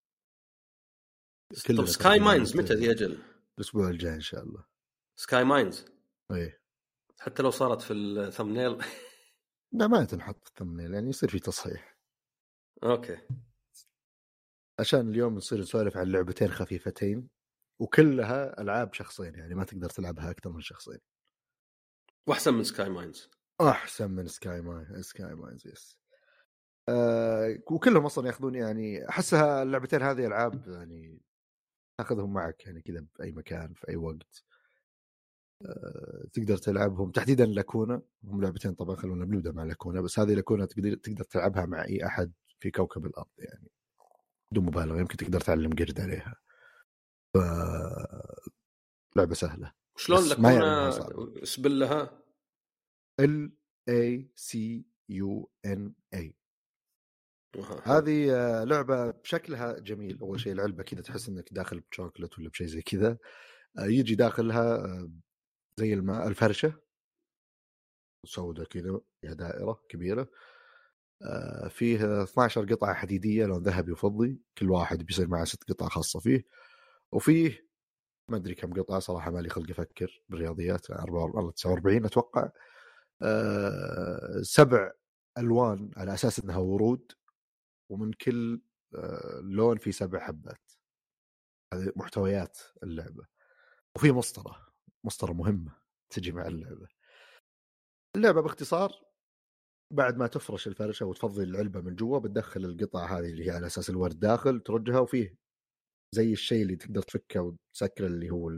طب كلنا سكاي ماينز متى ذي اجل؟ الاسبوع الجاي ان شاء الله. سكاي ماينز ايه حتى لو صارت في الثمنيل. لا ما تنحط في الثمنيل يعني يصير في تصحيح. اوكي عشان اليوم نصير نسولف عن لعبتين خفيفتين وكلها العاب شخصين يعني ما تقدر تلعبها اكثر من شخصين. واحسن من سكاي ماينز. احسن من سكاي ماينز يس. وكلهم اصلا ياخذون يعني احسها اللعبتين هذه العاب يعني تاخذهم معك يعني كذا باي مكان في اي وقت. تقدر تلعبهم تحديدا لاكونا. هم لعبتين طبعا خلونا نبدا مع لاكونا بس هذه لاكونا تقدر تلعبها مع اي احد في كوكب الارض يعني بدون مبالغه. يمكن تقدر تعلم قرد عليها. ف لعبه سهله. شلون لاكونا اسبلها LACUNA. هذه لعبة بشكلها جميل. أول شيء العلبة كذا تحس إنك داخل بشوكولات ولا بشيء زي كذا. يجي داخلها زي الماء الفرشة سوداء كذا فيها دائرة كبيرة. فيه 12 قطعة حديدية لون ذهبي وفضي. كل واحد بيصير معه 6 قطع خاصة فيه. وفيه ما أدري كم قطعة صراحة مالي خلق أفكر بالرياضيات 49 أتوقع. 7 ألوان على أساس إنها ورود ومن كل لون في 7 حبات. هذه محتويات اللعبة. وفي مسطرة مهمة تجي مع اللعبة باختصار بعد ما تفرش الفرشة وتفضي العلبة من جوا بتدخل القطع هذه اللي هي على أساس الورد داخل ترجها وفيه زي الشيء اللي تقدر تفكه وتسكره اللي هو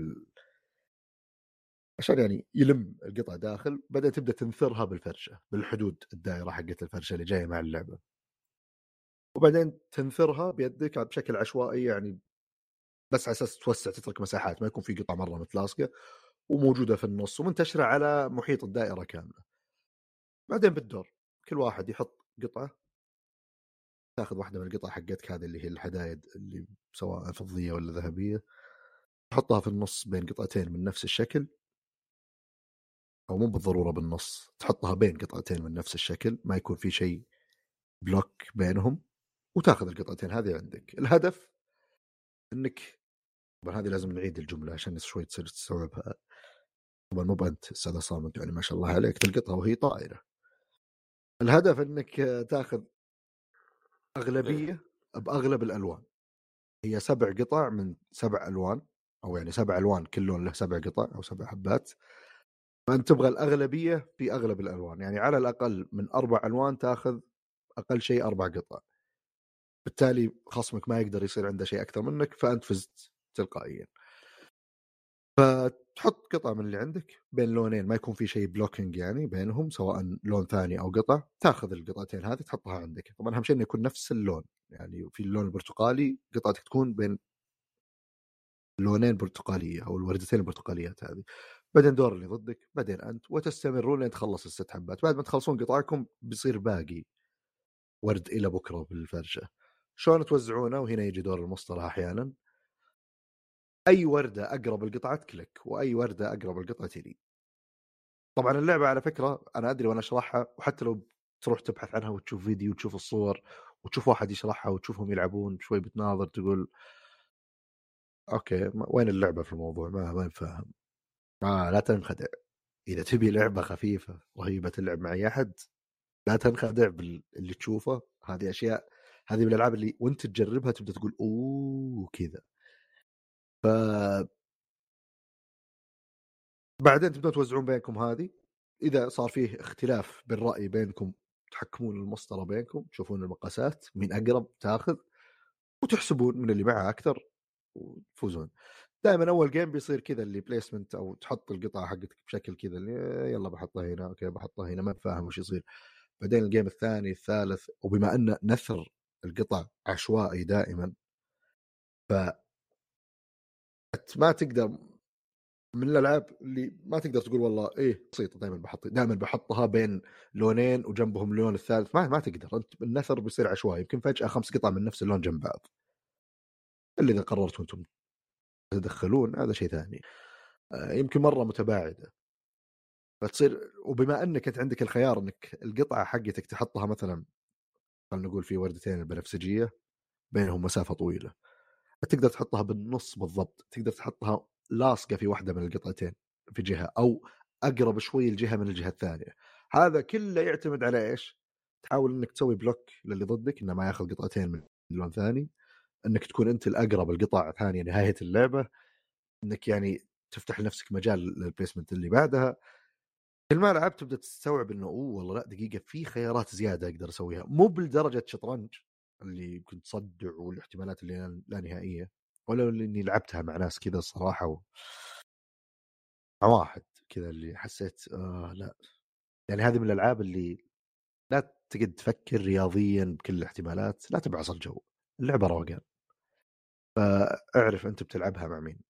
عشان يعني يلم القطع داخل. بدأ تبدأ تنثرها بالفرشة بالحدود الدائرة حقت الفرشة اللي جاية مع اللعبة. وبعدين تنثرها بيدك بشكل عشوائي يعني بس على أساس توسع تترك مساحات ما يكون في قطع مرة متلاصقة وموجودة في النص ومنتشرة على محيط الدائرة كاملة. بعدين بالدور كل واحد يحط قطعة. تاخذ واحدة من القطع حقتك هذه اللي هي الحدايد اللي سواء فضية ولا ذهبية تحطها في النص بين قطعتين من نفس الشكل. أو مو بالضرورة بالنص تحطها بين قطعتين من نفس الشكل ما يكون في شيء بلوك بينهم. وتاخذ القطعتين هذه عندك. الهدف انك طبعا هذه لازم نعيد الجملة عشان شوي تصير تستوعبها. طبعا مو بأنت استاذ صامت يعني ما شاء الله عليك تلقطها وهي طائرة. الهدف انك تاخذ أغلبية بأغلب الألوان. هي 7 قطع من 7 ألوان أو يعني 7 ألوان كل لون له 7 قطع أو 7 حبات. فأنت تبغى الأغلبية في أغلب الألوان يعني على الأقل من 4 ألوان تاخذ أقل شيء 4 قطع. بالتالي خصمك ما يقدر يصير عنده شيء أكثر منك فأنت فزت تلقائيا. فتحط قطعة من اللي عندك بين لونين ما يكون في شيء بلوكينج يعني بينهم سواء لون ثاني أو قطع. تاخذ القطعتين هذه تحطها عندك. طبعا أهم شيء إنه يكون نفس اللون يعني في اللون البرتقالي قطعتك تكون بين لونين برتقالية أو الوردتين البرتقاليات هذه. بعدين دور اللي ضدك بعدين أنت وتستمرون لين تخلص ال6 حبات. بعد ما تخلصون قطعكم بيصير باقي ورد إلى بكرة بالفرشة. شلون توزعونه؟ وهنا يجي دور المصطلح احيانا. اي ورده اقرب القطعه تكلك، واي ورده اقرب القطعه تلي. طبعا اللعبه على فكره انا ادري وانا اشرحها، وحتى لو تروح تبحث عنها وتشوف فيديو وتشوف الصور وتشوف واحد يشرحها وتشوفهم يلعبون شوي بتناظر تقول اوكي وين اللعبه في الموضوع؟ ما نفهم. لا تنخدع. اذا تبي لعبه خفيفه رهيبه تلعب مع اي احد، لا تنخدع باللي تشوفه. هذه اشياء، هذه من الالعاب اللي وانت تجربها تبدا تقول اوه كذا. ف بعدين تبدون توزعون بينكم هذه. اذا صار فيه اختلاف بالراي بينكم تحكمون المسطره بينكم، تشوفون المقاسات مين اقرب تاخذ، وتحسبون من اللي معه اكثر وتفوزون. دائما اول جيم بيصير كذا اللي بليسمنت، او تحط القطعه حقتك بشكل كذا اللي يلا بحطها هنا، اوكي بحطها هنا، ما فاهم وش يصير. بعدين الجيم الثاني الثالث، وبما ان نثر القطع عشوائي دائما، ف ما تقدر، من الالعاب اللي ما تقدر تقول والله ايه بسيطه دائما بحطها بين لونين وجنبهم اللون الثالث، ما تقدر. انت النثر بيصير عشوائي، يمكن فجاه 5 قطع من نفس اللون جنب بعض، اللي اذا قررتوا انتم تدخلون هذا شيء ثاني. يمكن مره متباعده فتصير. وبما انك انت عندك الخيار انك القطعه حقتك تحطها مثلا، خلينا نقول في وردتين البنفسجيه بينهم مسافه طويله، تقدر تحطها بالنص بالضبط، تقدر تحطها لاصقه في واحده من القطعتين في جهه، او اقرب شوي الجهه من الجهه الثانيه. هذا كله يعتمد على ايش؟ تحاول انك تسوي بلوك للي ضدك انه ما ياخذ قطعتين من لون ثاني، انك تكون انت الاقرب القطع ثانيه نهايه اللعبه، انك يعني تفتح لنفسك مجال للبليسمنت اللي بعدها. كل ما لعبت تبدا تستوعب انه اوه والله لا دقيقه في خيارات زياده اقدر اسويها، مو بالدرجه شطرنج اللي كنت تصدع والاحتمالات اللي لا نهائيه، ولا اللي اني لعبتها مع ناس كذا الصراحه مع واحد كذا اللي حسيت لا. يعني هذه من الالعاب اللي لا تقعد تفكر رياضيا بكل الاحتمالات، لا تبعص الجو، اللعبه روقان. فاعرف انت بتلعبها مع مين.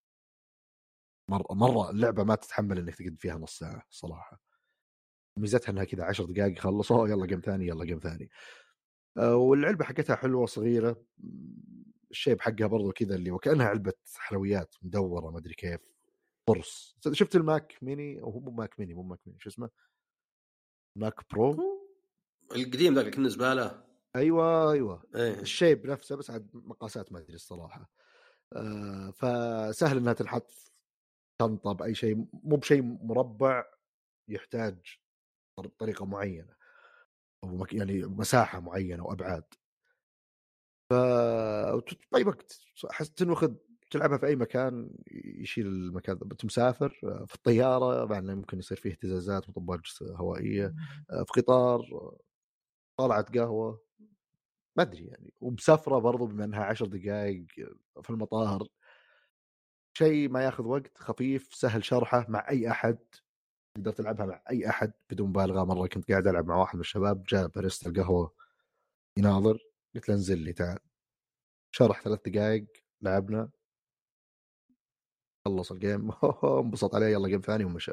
مره اللعبه ما تتحمل انك تقعد فيها نص ساعه صراحه. ميزتها انها كذا 10 دقائق خلصوا يلا جيم ثاني يلا جيم ثاني. والعلبه حقتها حلوه صغيره، الشيب حقها برضو كذا اللي وكانها علبه حلويات مدوره ما ادري كيف، قرص. شفت الماك ميني؟ او مو ماك ميني شو اسمه، ماك برو القديم ذاك كنا زباله. ايوه ايه. الشيب نفسه، بس عاد مقاسات ما ادري الصراحه. فسهل انها تنحط في شنطه باي شيء، مو بشيء مربع يحتاج طريقه معينه، او يعني مساحه معينه وابعاد. باي وقت احس تنوخذ تلعبها في اي مكان يشيل المكان. انت مسافر في الطياره بعد ممكن يصير فيه اهتزازات مطبات هوائيه، في قطار، طلعت قهوه، ما ادري يعني. وبسفره برضو بما انها 10 دقائق في المطار، شيء ما ياخذ وقت، خفيف سهل شرحه مع اي احد، تقدر تلعبها مع اي احد بدون مبالغه. مره كنت قاعد العب مع واحد من الشباب، جاء باريستا القهوه يناظر، قلت له انزل لي تعال، شرح 3 دقائق، لعبنا، خلص الجيم انبسط عليه يلا جيم ثاني ومشى.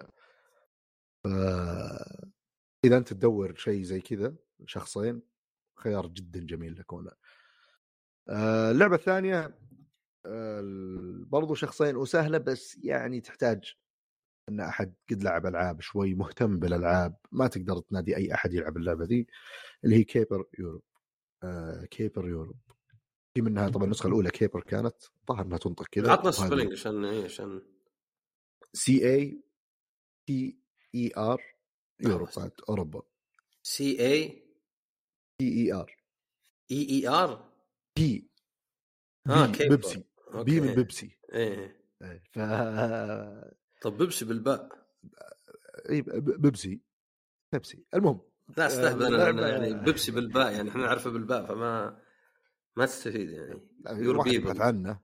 اذا انت تدور شيء زي كذا شخصين، خيار جدا جميل لك هنا. اللعبه الثانيه برضو شخصين وسهله، بس يعني تحتاج ان احد قد لعب العاب شوي مهتم بالالعاب، ما تقدر تنادي اي احد يلعب اللعبه ذي، اللي هي كيبر يوروب. كيبر يوروب في منها طبعا النسخه الاولى كيبر كانت ظاهر انها تنطق كذا، عطنا سبيلنج عشان ايه عشان CAPER يوروب بعد اوروبا. CAPER بي كيبر. بيبسي، بي من اوكي. بيبسي. ايه. ف طب بيبسي بالباء. بيبسي المهم. لا استهبل انا، لأن اللعبه يعني بيبسي بالباء يعني احنا نعرفه بالباء، ما تستفيد يعني. يور الواحد يبحث بيبل. عنه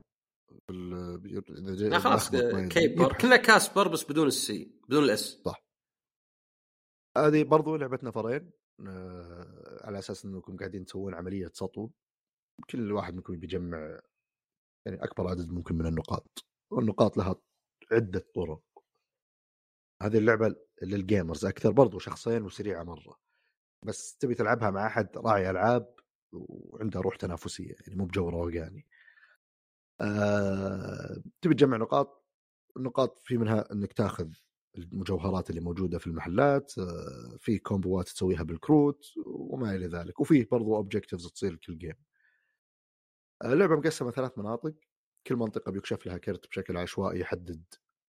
لا خلاص لخبط طيب كيبر يبحث. كنا كاسبر بس بدون السي بدون الاس. صح. هذه برضو لعبة نفرين، على اساس انكم قاعدين تسوون عملية سطو، كل واحد منكم بيجمع يعني اكبر عدد ممكن من النقاط، والنقاط لها عدة طرق. هذه اللعبة للجيمرز اكثر، برضو شخصين وسريعة مرة، بس تبي تلعبها مع احد راعي العاب وعندها روح تنافسيه، يعني مو بجو روقاني. تبي تجمع نقاط، النقاط في منها انك تاخذ المجوهرات اللي موجوده في المحلات، في كومبوات تسويها بالكروت وما الى ذلك، وفيه برضو اوبجكتيفز تصير كل جيم. اللعبه مقسمه 3 مناطق، كل منطقه بيكشف لها كرت بشكل عشوائي يحدد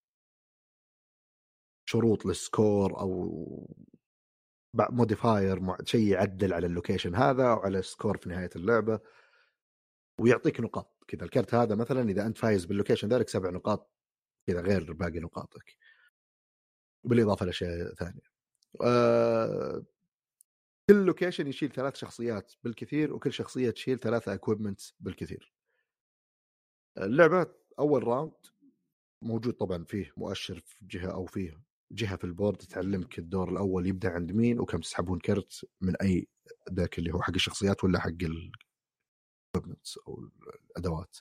شروط للسكور او موديفاير، شيء يعدل على اللوكيشن هذا وعلى السكور في نهايه اللعبه، ويعطيك نقاط كذا. الكرت هذا مثلا اذا انت فايز باللوكيشن ذلك 7 نقاط كذا غير باقي نقاطك، بالاضافه لاشياء ثانيه. كل لوكيشن يشيل 3 شخصيات بالكثير، وكل شخصيه تشيل 3 اكويبمنتس بالكثير. اللعبه اول راوند موجود طبعا فيه مؤشر في جهه او فيه جهه في البورد تعلمك الدور الاول يبدا عند مين، وكم تسحبون كرت من اي ذاك اللي هو حق الشخصيات ولا حق الاكويبمنتس او الادوات.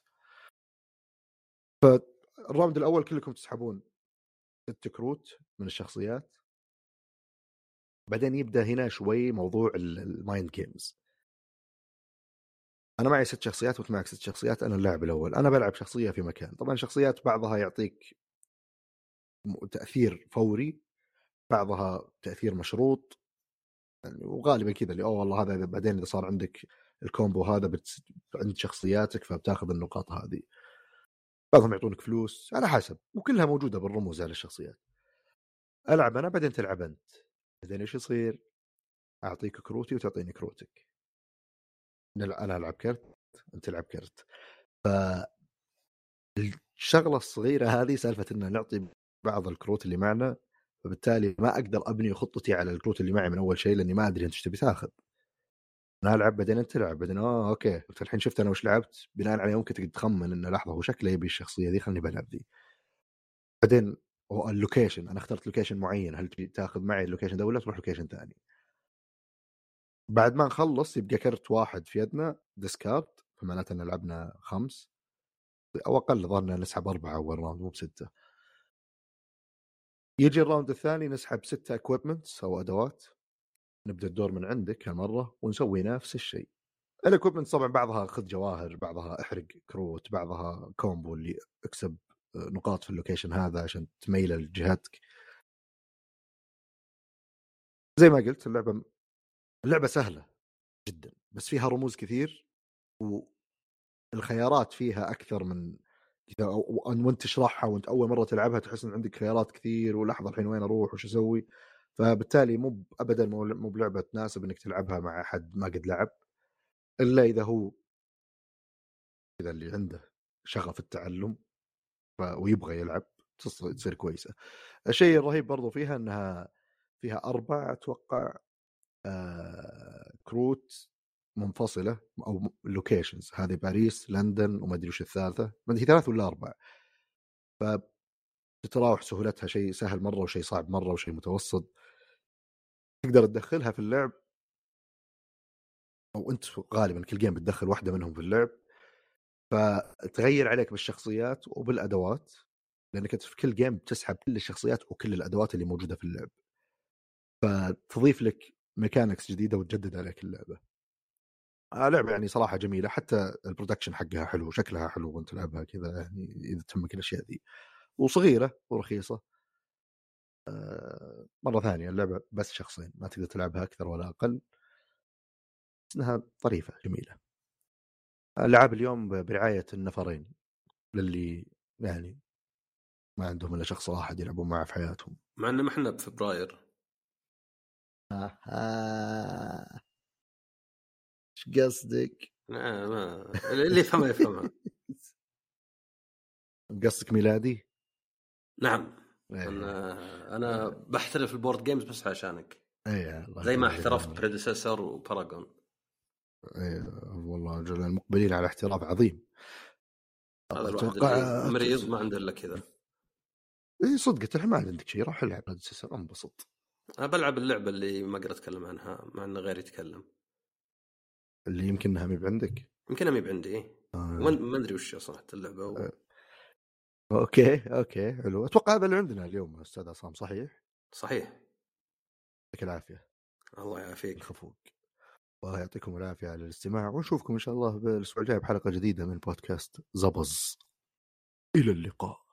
فالراوند الاول كلكم تسحبون 6 كروت من الشخصيات. بعدين يبدا هنا شوي موضوع المايند جيمز. انا معي 6 شخصيات وانت معك 6 شخصيات، انا اللاعب الاول، انا بلعب شخصيه في مكان. طبعا شخصيات بعضها يعطيك تاثير فوري، بعضها تاثير مشروط، يعني وغالبا كذا اللي والله هذا بعدين اذا صار عندك الكومبو هذا عند شخصياتك فبتاخذ النقاط هذه. بعضهم يعطونك فلوس على حسب، وكلها موجوده بالرموز على الشخصيات. العب انا بعدين تلعب انت، بعدين ايش يصير؟ اعطيك كروتي وتعطيني كروتك، انا العب كرت انت تلعب كرت. فالشغله الصغيره هذه سالفه ان نعطي بعض الكروت اللي معنا، فبالتالي ما اقدر ابني خطتي على الكروت اللي معي من اول شيء، لاني ما ادري انت ايش تبي تاخذ. انا العب بعدين انت تلعب بعدين اوكي انت الحين شفت انا وش لعبت، بناء عليه ممكن تقدر تخمن انه لحظه هو شكله يبي الشخصيه ذي، خلني بلعب ذي. بعدين اللوكيشن، انا اخترت لوكيشن معين، هل تبي تاخذ معي اللوكيشن ده ولا تروح لوكيشن ثاني؟ بعد ما نخلص يبقى كرت واحد في يدنا ديسكارد، فمعناته ان لعبنا 5 او اقل، ظننا نسحب 4 اول راوند مو ب6. يجي الراوند الثاني نسحب 6 اكويبمنتس او ادوات، نبدا الدور من عندك هالمره ونسوي نفس الشيء. الاكويبمنت طبعا بعضها خذ جواهر، بعضها احرق كروت، بعضها كومبو اللي اكسب نقاط في اللوكيشن هذا عشان تميله لجهتك. زي ما قلت اللعبه سهله جدا بس فيها رموز كثير، والخيارات فيها اكثر من كذا، وانت تشرحها وانت اول مره تلعبها تحس ان عندك خيارات كثير، ولحظه الحين وين اروح وش اسوي. فبالتالي مو ابدا مو بلعبه تناسب انك تلعبها مع احد ما قد لعب، الا اذا هو كذا اللي عنده شغف التعلم ويبغى يلعب تصير كويسه. الشيء الرهيب برضو فيها انها فيها 4 اتوقع كروت منفصله او لوكيشنز، هذه باريس لندن وما ادري وش الثالثه، ما ادري 3 ولا 4. فتتراوح سهولتها، شيء سهل مره وشيء صعب مره وشيء متوسط. تقدر تدخلها في اللعب، او انت غالبا كل جيم بتدخل واحده منهم في اللعب، فتغير عليك بالشخصيات وبالادوات، لانك في كل جيم بتسحب كل الشخصيات وكل الادوات اللي موجوده في اللعب، فتضيف لك ميكانكس جديده وتجدد عليك اللعبه. لعبه يعني صراحه جميله، حتى البرودكشن حقها حلو، شكلها حلو وانت تلعبها كذا، يعني اذا تهمك الاشياء ذي، وصغيره ورخيصه. مره ثانيه اللعبه بس شخصين، ما تقدر تلعبها اكثر ولا اقل، بس انها طريفه جميله. العاب اليوم برعايه النفرين، للي يعني ما عندهم الا شخص واحد يلعبون معه في حياتهم. مع انه ما احنا بفبراير. ايش قصدك؟ ما اللي يفهمها يفهمها. قصدك ميلادي؟ نعم. ايه انا بحترف البورد جيمز بس عشانك، ايه الله زي ما يطول احترفت عمرك. بريديسيسور وباراجون. ايه والله جل المقبلين على احتراف عظيم. هذا الواحد اتوقع اللي مريض ما عنده الا كذا. ايه صدق الحين ما عندك شيء، روح العب بريدسيسور انبسط. انا بلعب اللعبه اللي ما اقدر اتكلم عنها مع ان غيري يتكلم. اللي يمكن انها مي عندك. يمكن امي عندي ما ادري وش صراحه اللعبه اوكي حلو. اتوقع هذا اللي عندنا اليوم استاذ عصام، صحيح؟ صحيح. يعطيك العافيه. الله يعافيك. الخفوق. الله يعطيكم العافية على الاستماع، ونشوفكم إن شاء الله بالأسبوع الجاي بحلقة جديدة من بودكاست زبز. إلى اللقاء.